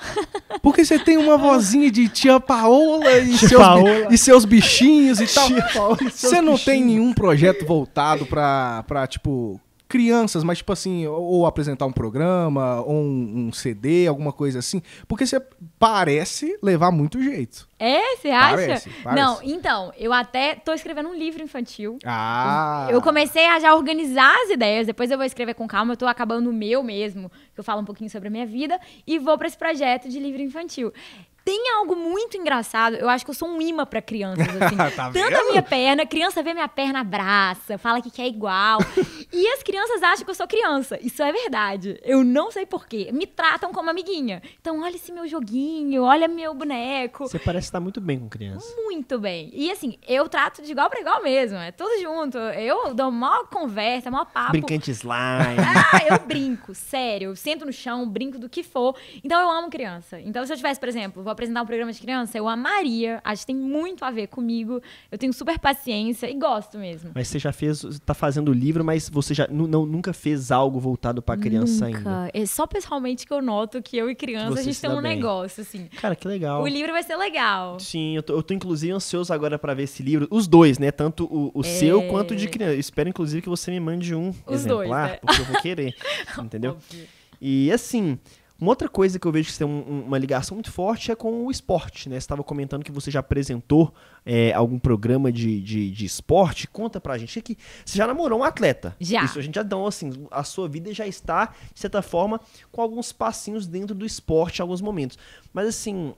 Porque você tem uma vozinha de tia Paola e, Tia seus, bi- Paola. e seus bichinhos e tal. Tia Paola e seus Você não tem bichinhos. nenhum projeto voltado pra, pra, tipo, crianças, mas, tipo assim, ou, ou apresentar um programa, ou um, um C D, alguma coisa assim. Porque você parece levar muito jeito. É, você acha? Parece, parece. Não, então, eu até tô escrevendo um livro infantil. Ah! Eu comecei a já organizar as ideias, depois eu vou escrever com calma, eu tô acabando o meu mesmo, que eu falo um pouquinho sobre a minha vida, e vou pra esse projeto de livro infantil. Tem algo muito engraçado, eu acho que eu sou um imã pra crianças, assim. Tá Tanto a vendo? minha perna, criança vê minha perna, abraça, fala que quer igual. E as crianças acham que eu sou criança. Isso é verdade. Eu não sei porquê. Me tratam como amiguinha. Então, olha esse meu joguinho, olha meu boneco. Você parece estar muito bem com criança. Muito bem. E assim, eu trato de igual pra igual mesmo. É tudo junto. Eu dou maior conversa, maior papo. Brincante slime. Ah, eu brinco, sério. Eu sento no chão, brinco do que for. Então eu amo criança. Então se eu tivesse, por exemplo, vou apresentar um programa de criança, eu amaria. Acho que tem muito a ver comigo. Eu tenho super paciência e gosto mesmo. Mas você já fez, tá fazendo o livro, mas você já nu- não, nunca fez algo voltado pra criança Nunca. ainda. É só pessoalmente que eu noto que eu e criança Que você a gente se tem dá um bem. negócio, assim. Cara, que legal. O livro vai ser legal. Sim, eu tô, eu tô inclusive ansioso agora pra ver esse livro. Os dois, né? Tanto o, o seu quanto o de criança. Eu espero, inclusive, que você me mande um Os dois, exemplar, né? porque eu vou querer. Entendeu? Óbvio. E assim, uma outra coisa que eu vejo que tem um- um- uma ligação muito forte é com o esporte, né? Você estava comentando que você já apresentou é, algum programa de, de, de esporte. Conta pra gente que você já namorou um atleta. Já. Isso a gente já dá, assim, a sua vida já está, de certa forma, com alguns passinhos dentro do esporte em alguns momentos. Mas assim,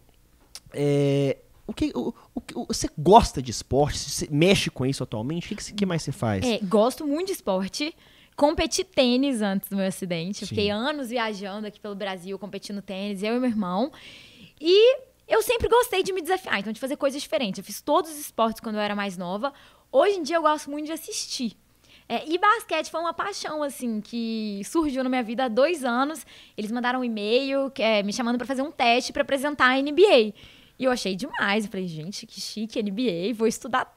é, o que, o, o, o- você gosta de esporte? Você mexe com isso atualmente? O que, que, você- que mais você faz? É, gosto muito de esporte. Competi tênis antes do meu acidente. Eu Sim. fiquei anos viajando aqui pelo Brasil, competindo tênis, eu e meu irmão. E eu sempre gostei de me desafiar, então de fazer coisas diferentes. Eu fiz todos os esportes quando eu era mais nova. Hoje em dia eu gosto muito de assistir. É, e basquete foi uma paixão, assim, que surgiu na minha vida há dois anos. Eles mandaram um e-mail que, é, me chamando pra fazer um teste pra apresentar a N B A. E eu achei demais. Eu falei, gente, que chique, N B A, vou estudar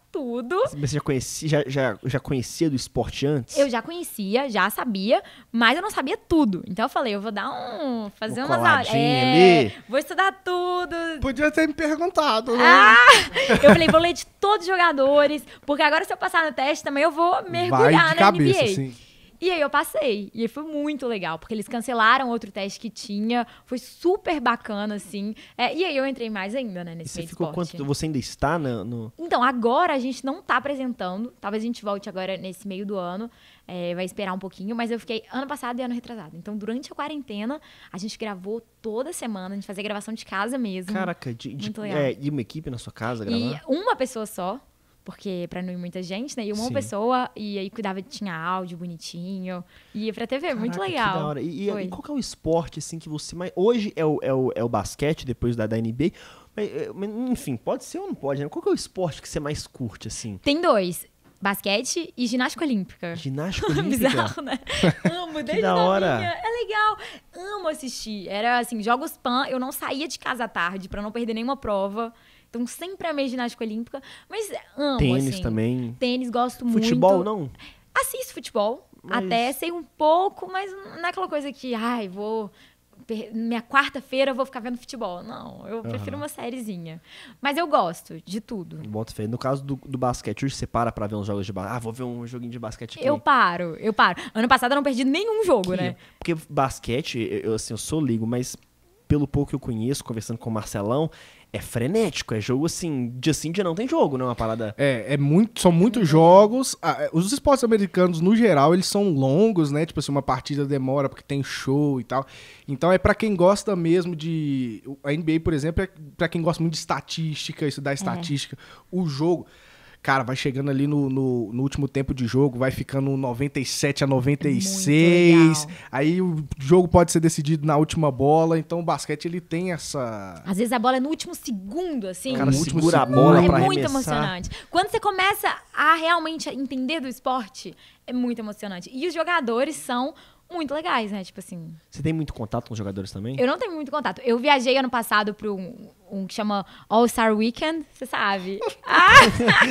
tudo. Mas você já conhecia, já, já, já conhecia do esporte antes? Eu já conhecia, já sabia, mas eu não sabia tudo. Então eu falei, eu vou dar um... Fazer Uma umas aulas. coladinha É, ali. vou estudar tudo. Podia ter me perguntado, né? Ah! Eu falei, vou ler de todos os jogadores, porque agora se eu passar no teste também eu vou mergulhar Vai de na cabeça, N B A. sim. E aí eu passei. E aí foi muito legal, porque eles cancelaram outro teste que tinha. Foi super bacana, assim. É, e aí eu entrei mais ainda, né, E nesse você meio de ficou esporte. quanto? Você ainda está no, no- Então, agora a gente não tá apresentando. Talvez a gente volte agora nesse meio do ano. É, vai esperar um pouquinho. Mas eu fiquei ano passado e ano retrasado. Então, durante a quarentena, a gente gravou toda semana. A gente fazia gravação de casa mesmo. Caraca, de, de, Muito legal. é, de uma equipe na sua casa E gravar? uma pessoa só, porque pra não ir muita gente, né? E uma Sim. pessoa, e aí cuidava, tinha áudio bonitinho. E ia pra T V, muito Caraca, legal. Que da hora. E, e- Foi. e qual que é o esporte, assim, que você mais... Hoje é o, é o, é o basquete, depois da, da N B A. Mas, é, mas, enfim, pode ser ou não pode, né? Qual que é o esporte que você mais curte, assim? Tem dois. Basquete e ginástica olímpica. Ginástica olímpica? Bizarro, né? Amo, desde da hora. novinha. É legal. Amo assistir. Era assim, jogos Pan, eu não saía de casa à tarde pra não perder nenhuma prova. Então sempre amei ginástica olímpica. Mas amo, Tênis assim. também. Tênis, gosto muito. Futebol, não? Assisto futebol. Mas- Até sei um pouco, mas não é aquela coisa que, ai, vou... per- Minha quarta-feira eu vou ficar vendo futebol. Não, eu prefiro uma sériezinha. Mas eu gosto de tudo. Bota fé. No caso do, do basquete, hoje você para pra ver uns jogos de basquete. Ah, vou ver um joguinho de basquete aqui. Eu paro, eu paro. Ano passado eu não perdi nenhum jogo, Aqui, né? Porque basquete, eu, eu, assim, eu sou ligo, mas pelo pouco que eu conheço, conversando com o Marcelão, é frenético. É jogo assim, dia sim, dia não tem jogo, não é uma parada... É, é muito, são muitos jogos. Ah, é, os esportes americanos, no geral, eles são longos, né? Tipo assim, uma partida demora porque tem show e tal. Então é pra quem gosta mesmo de... A N B A, por exemplo, é pra quem gosta muito de estatística, estudar estatística. O jogo... Cara, vai chegando ali no, no, no último tempo de jogo, vai ficando noventa e sete a noventa e seis. Muito legal. Aí o jogo pode ser decidido na última bola. Então o basquete, ele tem essa... Às vezes a bola é no último segundo, assim. O cara no último segura a segundo. bola é pra muito arremessar. emocionante. Quando você começa a realmente entender do esporte, é muito emocionante. E os jogadores são muito legais, né? Tipo assim, Você tem muito contato com os jogadores também? eu não tenho muito contato. Eu viajei ano passado para um, um que chama All-Star Weekend, você sabe. Ah!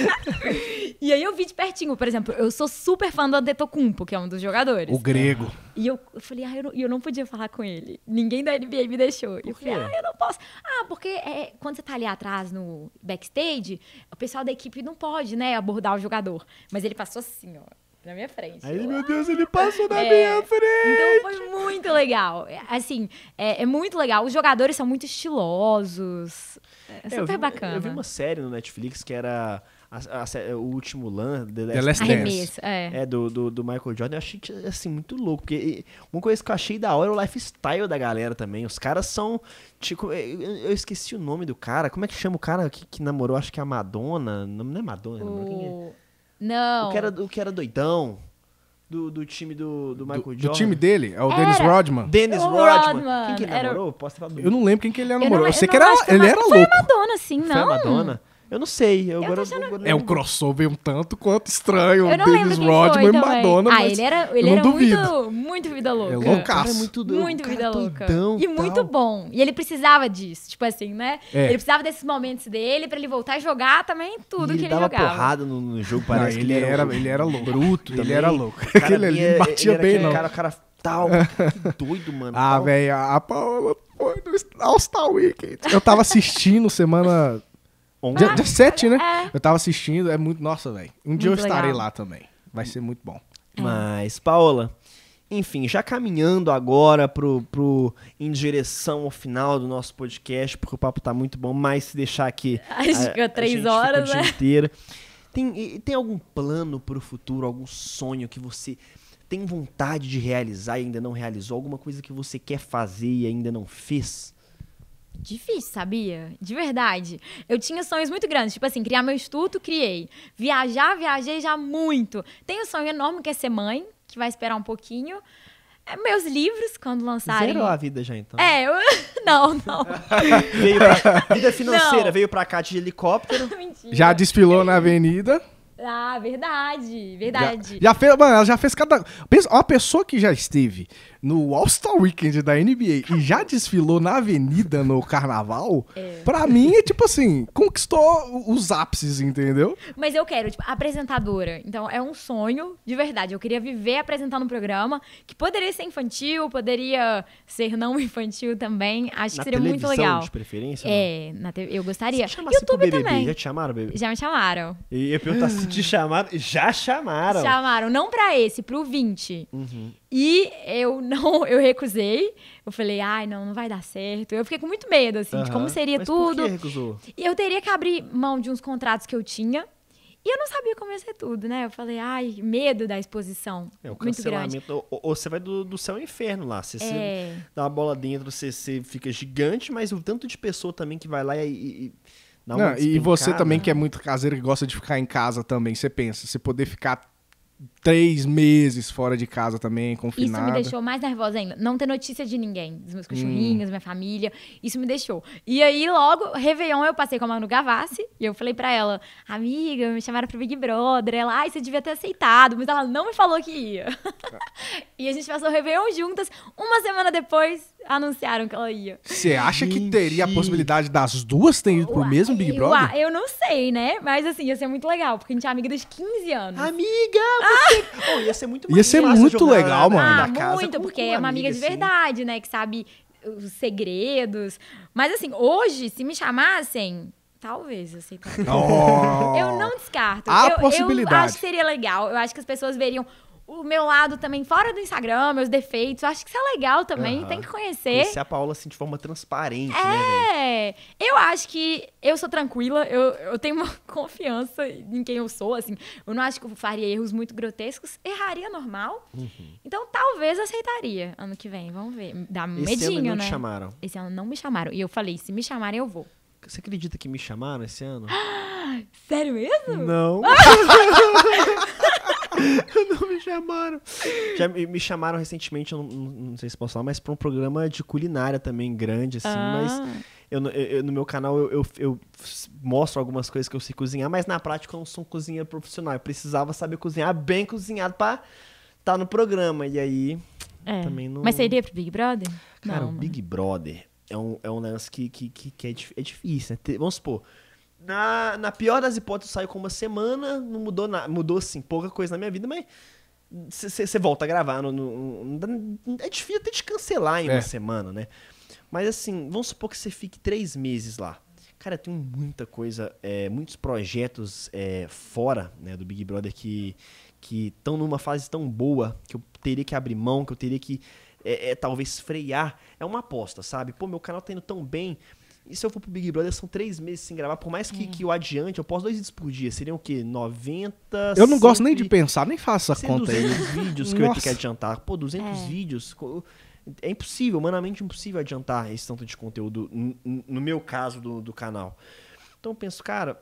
E aí eu vi de pertinho, por exemplo, eu sou super fã do Antetokounmpo, que é um dos jogadores. O grego. E eu, eu falei, ah, eu não, e eu não podia falar com ele. Ninguém da N B A me deixou. E eu falei, quê? ah, eu não posso. Ah, porque é, quando você tá ali atrás no backstage, o pessoal da equipe não pode, né, abordar o jogador. Mas ele passou assim, ó, na minha frente. Aí, Eu, meu Deus, ele passou na É, minha frente! Então foi muito legal. É, Assim, é, é muito legal. Os jogadores são muito estilosos. É É, super eu vi, bacana. Eu vi uma série no Netflix que era a- a sé- o último LAN, The Last, The Last Dance. Arremesso, é. É, do, do, do Michael Jordan. Eu achei, assim, muito louco. Porque e, uma coisa que eu achei da hora é o lifestyle da galera também. Os caras são, tipo, eu, eu esqueci o nome do cara. Como é que chama o cara que, que namorou? Acho que é a Madonna. Não, não é Madonna, namorou quem é? O... Não. O que era, o que era doidão do, do time do, do Michael Do, Jordan. do time dele, é o Era. Dennis Rodman. Dennis O Rodman. Rodman, Quem que ele era- namorou? Posso ter falado Eu não lembro quem que ele Eu, namorou. não, Eu sei eu que não era, acho que ele a Ma- era Foi louco. a Madonna, sim, Foi não. a Madonna? Eu não sei. Eu, tô agora achando- eu, agora É um lembro. crossover um tanto quanto estranho. Eu não Dennis lembro quem Rodman foi e também. Madonna, ah, mas ele era, ele eu não era duvido. muito, muito vida louca. É O cara é loucaço. muito doido. Muito o cara vida é louca. doidão, E muito tal. bom. E ele precisava disso, tipo assim, né? É. Ele precisava desses momentos dele pra ele voltar a jogar também tudo E que ele ele dava jogava. porrada no, no jogo, Não, parece que ele, era, um ele era louco. bruto Ele também. era louco. O cara Aquele ali vinha- não batia ele era bem, aquele não. Cara, o cara tal, que doido, mano. Ah, tal. velho, a Paola foi no All-Star Weekend. Eu tava assistindo semana... Ontem. Dia, dia sete, né? é. Eu tava assistindo, é muito... Nossa, velho. Um dia eu Muito estarei legal. lá também. Vai ser muito bom. Mas, Paola, enfim, já caminhando agora pro, pro, em direção ao final do nosso podcast, porque o papo tá muito bom, mas se deixar aqui... Acho que é três gente horas, fica o dia né? inteiro. Tem, e tem algum plano pro futuro, algum sonho que você tem vontade de realizar e ainda não realizou? Alguma coisa que você quer fazer e ainda não fez? Difícil, sabia? De verdade. Eu tinha sonhos muito grandes, tipo assim, criar meu instituto, criei. Viajar, viajei já muito. Tenho um sonho enorme que é ser mãe, que vai esperar um pouquinho. É, meus livros, quando lançarem... Zerou a vida já, então. É, eu... Não, não. Veio pra... Vida financeira, Não. veio pra cá de helicóptero. Mentira. Já desfilou na avenida. Ah, verdade, verdade. Já, já fez, mano, ela já fez cada... Pensa, uma pessoa que já esteve no All-Star Weekend da N B A e já desfilou na avenida no carnaval, É. pra mim é tipo assim, conquistou os ápices, entendeu? Mas eu quero, tipo, apresentadora. Então, é um sonho, de verdade. Eu queria viver apresentando um programa que poderia ser infantil, poderia ser não infantil também. Acho Na que seria muito televisão, legal. de preferência? É, na T V, eu gostaria. Se chamasse pro YouTube B B B, também. já te chamaram, bebê? Já me chamaram. E eu perguntar se te chamaram. Já chamaram. Chamaram, não pra esse, pro vinte. Uhum. E eu não, eu recusei. Eu falei, ai, não, não vai dar certo. Eu fiquei com muito medo, assim, de como Aham. seria Mas tudo. Por que recusou? E eu teria que abrir mão de uns contratos que eu tinha. E eu não sabia como ia ser tudo, né? Eu falei, ai, medo da exposição. É, o muito grande. cancelamento. Ou, ou você vai do, do céu ao inferno lá. Se você É. dá uma bola dentro, você, você fica gigante, mas o tanto de pessoa também que vai lá e. e, e dá uma Não, e você despencada. também que é muito caseiro, que gosta de ficar em casa também, você pensa, você poder ficar três meses fora de casa também, Isso confinado. me deixou mais nervosa ainda. Não ter notícia de ninguém, dos meus cachorrinhos, Hum. minha família. Isso me deixou. E aí, logo, Réveillon, eu passei com a Manu Gavassi. E eu falei pra ela, amiga, me chamaram pro Big Brother. Ela, ai, você devia ter aceitado. Mas ela não me falou que ia. E a gente passou o Réveillon juntas. Uma semana depois, anunciaram que ela ia. Você acha que Gente. teria a possibilidade das duas terem ido pro Uai, mesmo Big eu- Brother? Eu, não sei, né? Mas assim, ia ser muito legal. Porque a gente é amiga desde quinze anos. Amiga! Você... Oh, ia ser muito Ia ser massa muito jogar legal, na- mano. na Ah, casa muito, com- porque com é uma amiga de assim. verdade, né? Que sabe os segredos. Mas assim, hoje, se me chamassem, talvez eu aceitaria. Oh. Eu não descarto. Há eu, possibilidade. Eu acho que seria legal. Eu acho que as pessoas veriam o meu lado também fora do Instagram, meus defeitos. Eu acho que isso é legal também. Aham. Tem que conhecer. Conhecer a Paola assim de forma transparente, né, velho? É, eu acho que eu sou tranquila, eu, eu tenho uma confiança em quem eu sou, assim, eu não acho que eu faria erros muito grotescos, erraria normal, Uhum. então talvez aceitaria ano que vem, vamos ver, dá Esse medinho, ano não né? te chamaram. Esse ano não me chamaram, e eu falei, se me chamarem eu vou. Você acredita que me chamaram esse ano? Sério mesmo? Não. Não me chamaram. Já me me chamaram recentemente, eu não, não sei se posso falar, mas pra um programa de culinária também grande, assim, Ah. mas eu, no- eu- no meu canal eu, eu, eu mostro algumas coisas que eu sei cozinhar, mas na prática eu não sou um cozinheiro profissional. Eu precisava saber cozinhar bem cozinhado pra estar no programa. E aí, É. também não. Mas você iria pro Big Brother? Cara, não, o né? Big Brother é um, é um lance que, que, que, que é, dif- é difícil, né? Te- Vamos supor, na, na pior das hipóteses, saiu com uma semana, não mudou nada. Mudou, assim, pouca coisa na minha vida, mas você volta a gravar. No, no- no- é difícil até de cancelar em É. uma semana, né? Mas assim, vamos supor que você fique três meses lá. Cara, eu tenho muita coisa, é, muitos projetos é, fora, né, do Big Brother que que estão numa fase tão boa que eu teria que abrir mão, que eu teria que é, é, talvez frear. É uma aposta, sabe? Pô, meu canal tá indo tão bem. E se eu for pro Big Brother, são três meses sem gravar. Por mais que, É. que eu adiante, eu posto dois vídeos por dia. Seriam o quê? noventa... Eu não gosto nem de cem e- pensar, nem faço essa Ser conta aí. duzentos vídeos que eu ia ter que Nossa. adiantar. Pô, duzentos É. vídeos. co- É impossível, humanamente impossível adiantar esse tanto de conteúdo, n- n- no meu caso, do, do canal. Então eu penso, cara,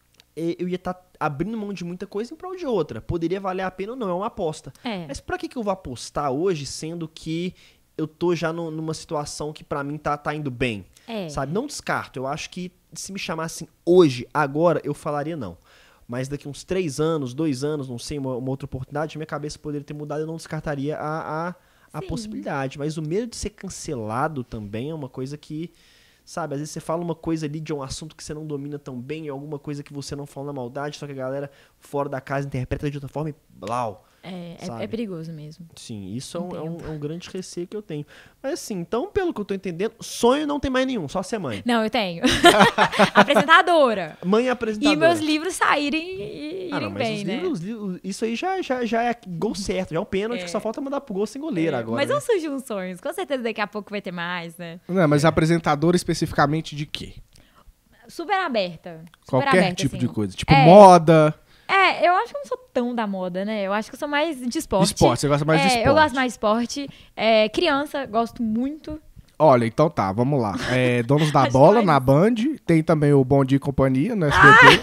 e- eu ia estar abrindo mão de muita coisa em prol de outra. Poderia valer a pena ou não, é uma aposta. É. Mas pra que, que eu vou apostar hoje, sendo que eu tô já no- numa situação que pra mim tá, tá indo bem? É. Sabe? Não descarto. Eu acho que se me chamassem hoje, agora, eu falaria não. Mas daqui uns três anos, dois anos, não sei, uma, uma outra oportunidade, minha cabeça poderia ter mudado, eu não descartaria a, a, a Sim. possibilidade. Mas o medo de ser cancelado também é uma coisa que, sabe, às vezes você fala uma coisa ali de um assunto que você não domina tão bem, alguma coisa que você não fala na maldade, só que a galera fora da casa interpreta de outra forma e blau. É, é, sabe? é perigoso mesmo. Sim, isso é um, é, um, Entendo. é um grande receio que eu tenho. Mas assim, então, pelo que eu tô entendendo, sonho não tem mais nenhum, só ser mãe. Não, eu tenho. Apresentadora. Mãe apresentadora. E meus livros saírem e irem Ah, não, mas bem, os né? livros, os livros- isso aí já, já, já é gol certo, já é um pênalti É. que só falta mandar pro gol sem goleiro É, agora. Mas né? não surgem uns sonhos. Com certeza daqui a pouco vai ter mais, né? Não, mas apresentadora especificamente de quê? Super aberta. Super Qualquer aberta, tipo assim. de coisa. Tipo É. moda, É, eu acho que eu não sou tão da moda, né? Eu acho que eu sou mais de esporte. esporte. Você gosta mais é, de esporte. Eu gosto mais de esporte. É, criança, gosto muito. Olha, então tá, vamos lá. É, Donos da Acho Bola mais- na Band, tem também o Bom Dia e Companhia no S B T.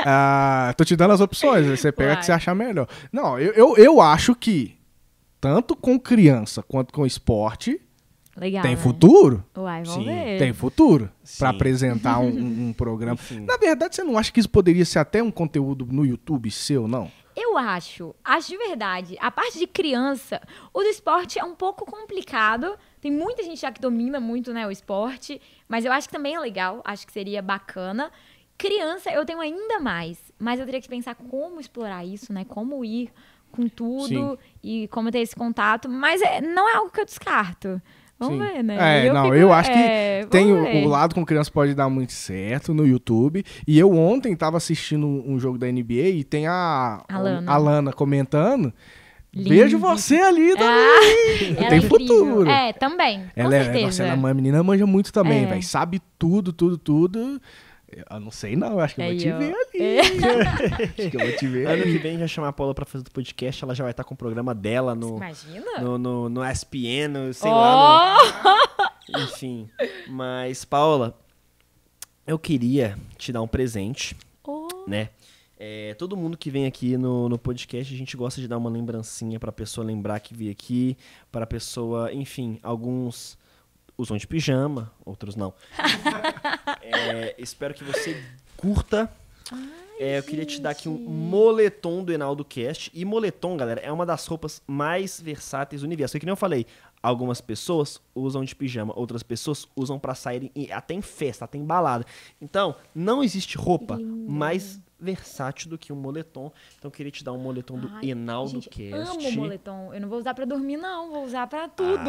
Ah, tô te dando as opções, você pega Vai. o que você achar melhor. Não, eu, eu, eu acho que, tanto com criança quanto com esporte, Legal, Tem né? futuro? Uai, vamos Sim, ver. Tem futuro Sim. pra apresentar um, um- um programa. Enfim. Na verdade, você não acha que isso poderia ser até um conteúdo no YouTube seu, não? Eu acho, acho de verdade. A parte de criança, o do esporte é um pouco complicado. Tem muita gente já que domina muito, né, o esporte. Mas eu acho que também é legal, acho que seria bacana. Criança, eu tenho ainda mais. Mas eu teria que pensar como explorar isso, né? Como ir com tudo Sim. e como ter esse contato. Mas é- não é algo que eu descarto. Vamos Sim. ver, né? É, Eu não, fico- eu acho que é, tem vamos o, ver. o lado com criança pode dar muito certo no YouTube. E eu ontem tava assistindo um jogo da N B A e tem a, A Lana. a Lana comentando. Lindo. Vejo você ali também. Ah, ela Tem é incrível. futuro. É, também. Com Ela é, certeza. nossa, ela é uma menina, manja muito também, É. velho. Sabe tudo, tudo, tudo. Eu não sei não, eu acho que eu vou Aí, te ó. ver ali. É. Acho que eu vou te ver Ano ali. que vem já chamar a Paula pra fazer o podcast, ela já vai estar com o programa dela no, Imagina. no, no, no E S P N, no- sei lá. Oh! no- enfim. Mas, Paula, eu queria te dar um presente, Oh. né? É, todo mundo que vem aqui no, no podcast, a gente gosta de dar uma lembrancinha pra pessoa lembrar que veio aqui, pra pessoa, enfim, alguns usam de pijama, outros não. É, espero que você curta. É, eu queria te dar aqui um moletom do Enaldo Cast. E moletom, galera, é uma das roupas mais versáteis do universo. E que nem eu falei, algumas pessoas usam de pijama, outras pessoas usam pra sair em- até em festa, até em balada. Então, não existe roupa mais versátil do que um moletom. Então, eu queria te dar um moletom do Ai, Enaldo gente, Cast. amo moletom. Eu não vou usar pra dormir, não. Vou usar pra tudo.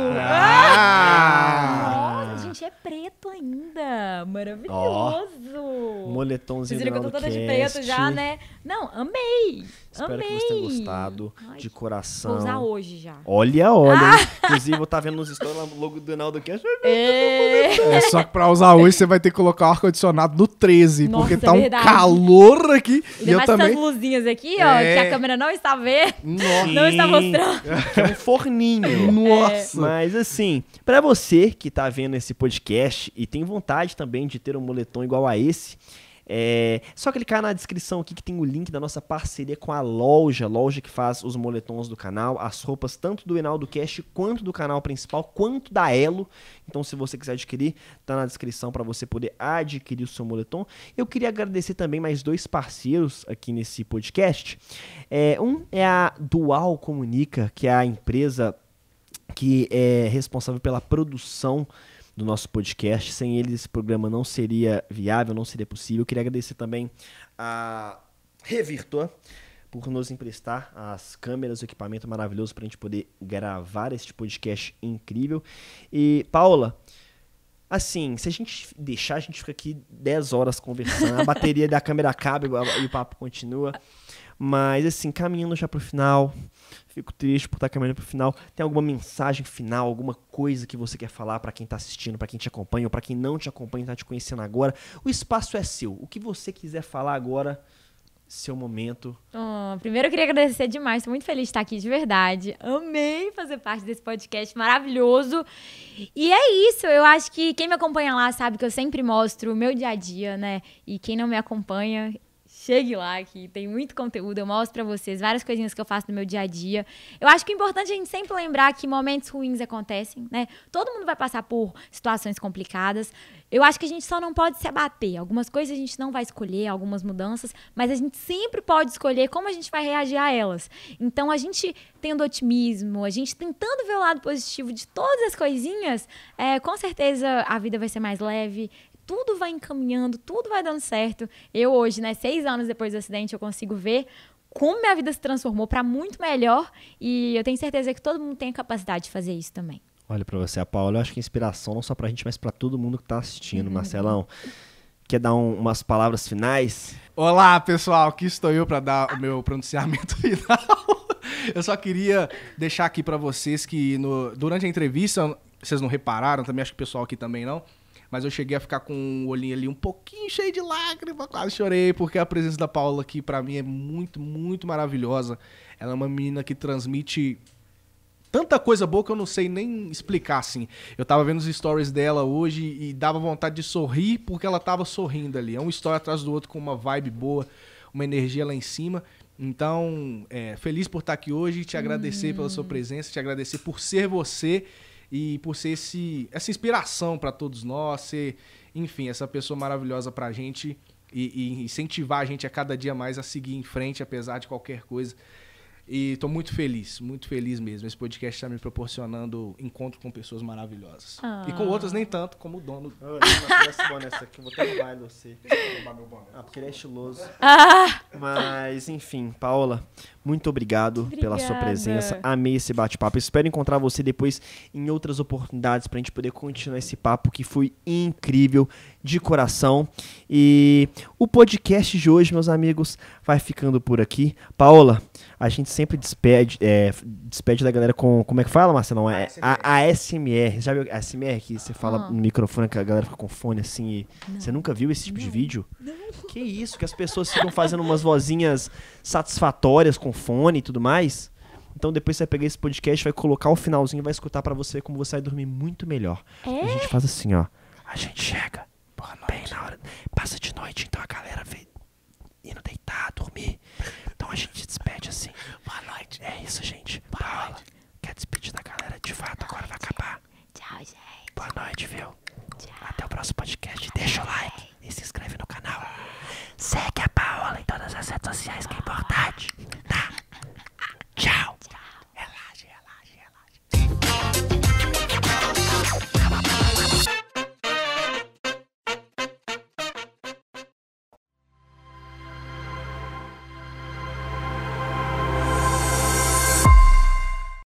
Ah! Nossa, gente, é preto ainda. Maravilhoso. Moletomzinho Vocês do viram que eu tô Enaldo toda de Cast. preto já, né? Não, amei. Espero amei. que você tenha gostado. Ai, De Vou coração. usar hoje já. Olha, olha. hein? Inclusive, eu vou estar vendo nos stories lá o logo do Enaldo Cast. É. É só que pra usar hoje você vai ter que colocar o ar-condicionado no treze, Nossa, porque tá um verdade. calor aqui. E Ainda eu mais também. essas luzinhas aqui, ó, É. que a câmera não está vendo. Nossa. Não está mostrando. Que é um forninho. Nossa. Mas assim, pra você que tá vendo esse podcast e tem vontade também de ter um moletom igual a esse, é só clicar na descrição aqui que tem o link da nossa parceria com a loja, loja que faz os moletons do canal, as roupas tanto do Enaldo Cast quanto do canal principal, quanto da Elo. Então, se você quiser adquirir, tá na descrição para você poder adquirir o seu moletom. Eu queria agradecer também mais dois parceiros aqui nesse podcast. É, um é a Dual Comunica, que é a empresa que é responsável pela produção do nosso podcast. Sem eles, esse programa não seria viável, não seria possível. Eu queria agradecer também a Revirtua por nos emprestar as câmeras, o equipamento maravilhoso para a gente poder gravar este podcast incrível. E, Paula, assim, se a gente deixar, a gente fica aqui dez horas conversando, a bateria da câmera acaba e o papo continua. Mas, assim, caminhando já pro final, fico triste por estar caminhando pro final. Tem alguma mensagem final, alguma coisa que você quer falar pra quem tá assistindo, pra quem te acompanha ou pra quem não te acompanha e tá te conhecendo agora? O espaço é seu. O que você quiser falar agora, seu momento. Oh, primeiro eu queria agradecer demais, estou muito feliz de estar aqui, de verdade. Amei fazer parte desse podcast maravilhoso. E é isso, eu acho que quem me acompanha lá sabe que eu sempre mostro o meu dia a dia, né? E quem não me acompanha, chegue lá, que tem muito conteúdo, eu mostro pra vocês várias coisinhas que eu faço no meu dia a dia. Eu acho que o importante é a gente sempre lembrar que momentos ruins acontecem, né? Todo mundo vai passar por situações complicadas. Eu acho que a gente só não pode se abater. Algumas coisas a gente não vai escolher, algumas mudanças, mas a gente sempre pode escolher como a gente vai reagir a elas. Então, a gente tendo otimismo, a gente tentando ver o lado positivo de todas as coisinhas, é, com certeza a vida vai ser mais leve. Tudo vai encaminhando, tudo vai dando certo. Eu hoje, né, seis anos depois do acidente, eu consigo ver como minha vida se transformou para muito melhor. E eu tenho certeza que todo mundo tem a capacidade de fazer isso também. Olha pra você, a Paula, eu acho que é inspiração não só pra gente, mas pra todo mundo que tá assistindo. Marcelão, quer dar um- umas palavras finais? Olá, pessoal, aqui estou eu para dar o meu pronunciamento final. Eu só queria deixar aqui para vocês que no- durante a entrevista, vocês não repararam, também acho que o pessoal aqui também não, mas eu cheguei a ficar com o olhinho ali um pouquinho cheio de lágrimas, quase chorei, porque a presença da Paula aqui pra mim é muito, muito maravilhosa. Ela é uma menina que transmite tanta coisa boa que eu não sei nem explicar, assim. Eu tava vendo os stories dela hoje e dava vontade de sorrir porque ela tava sorrindo ali. É um story atrás do outro com uma vibe boa, uma energia lá em cima. Então, é, feliz por estar aqui hoje, te agradecer pela sua presença, te agradecer por ser você e por ser esse, essa inspiração pra todos nós, ser, enfim, essa pessoa maravilhosa pra gente e, e incentivar a gente a cada dia mais a seguir em frente, apesar de qualquer coisa. E tô muito feliz, muito feliz mesmo. Esse podcast tá me proporcionando encontro com pessoas maravilhosas. Ah. E com outras nem tanto, como o dono. Eu não tivesse esse boné esse aqui, eu vou até roubar ele de você. Ah, porque ele é estiloso. Ah, Mas, enfim, Paola, muito obrigado pela sua Obrigada. presença. Amei esse bate-papo. Espero encontrar você depois em outras oportunidades pra gente poder continuar esse papo que foi incrível, de coração. E o podcast de hoje, meus amigos, vai ficando por aqui. Paola, a gente sempre despede, é, despede da galera com, como é que fala, Marcelão? É, a, a S M R. Já viu a S M R que você fala Ah. no microfone que a galera fica com fone assim e... Não. Você nunca viu esse tipo de Não. vídeo? Que isso, que as pessoas ficam fazendo umas vozinhas satisfatórias com fone e tudo mais. Então depois você vai pegar esse podcast, vai colocar o finalzinho e vai escutar pra você como você vai dormir muito melhor. É? A gente faz assim, ó. A gente chega bem na hora. Passa de noite, então a galera vê indo deitar, dormir. Então a gente despede assim. Boa noite. É isso, gente. Paola, quer despedir da galera? De fato, agora vai acabar. Tchau, gente. Boa noite, viu? Tchau. Até o próximo podcast. Deixa o like.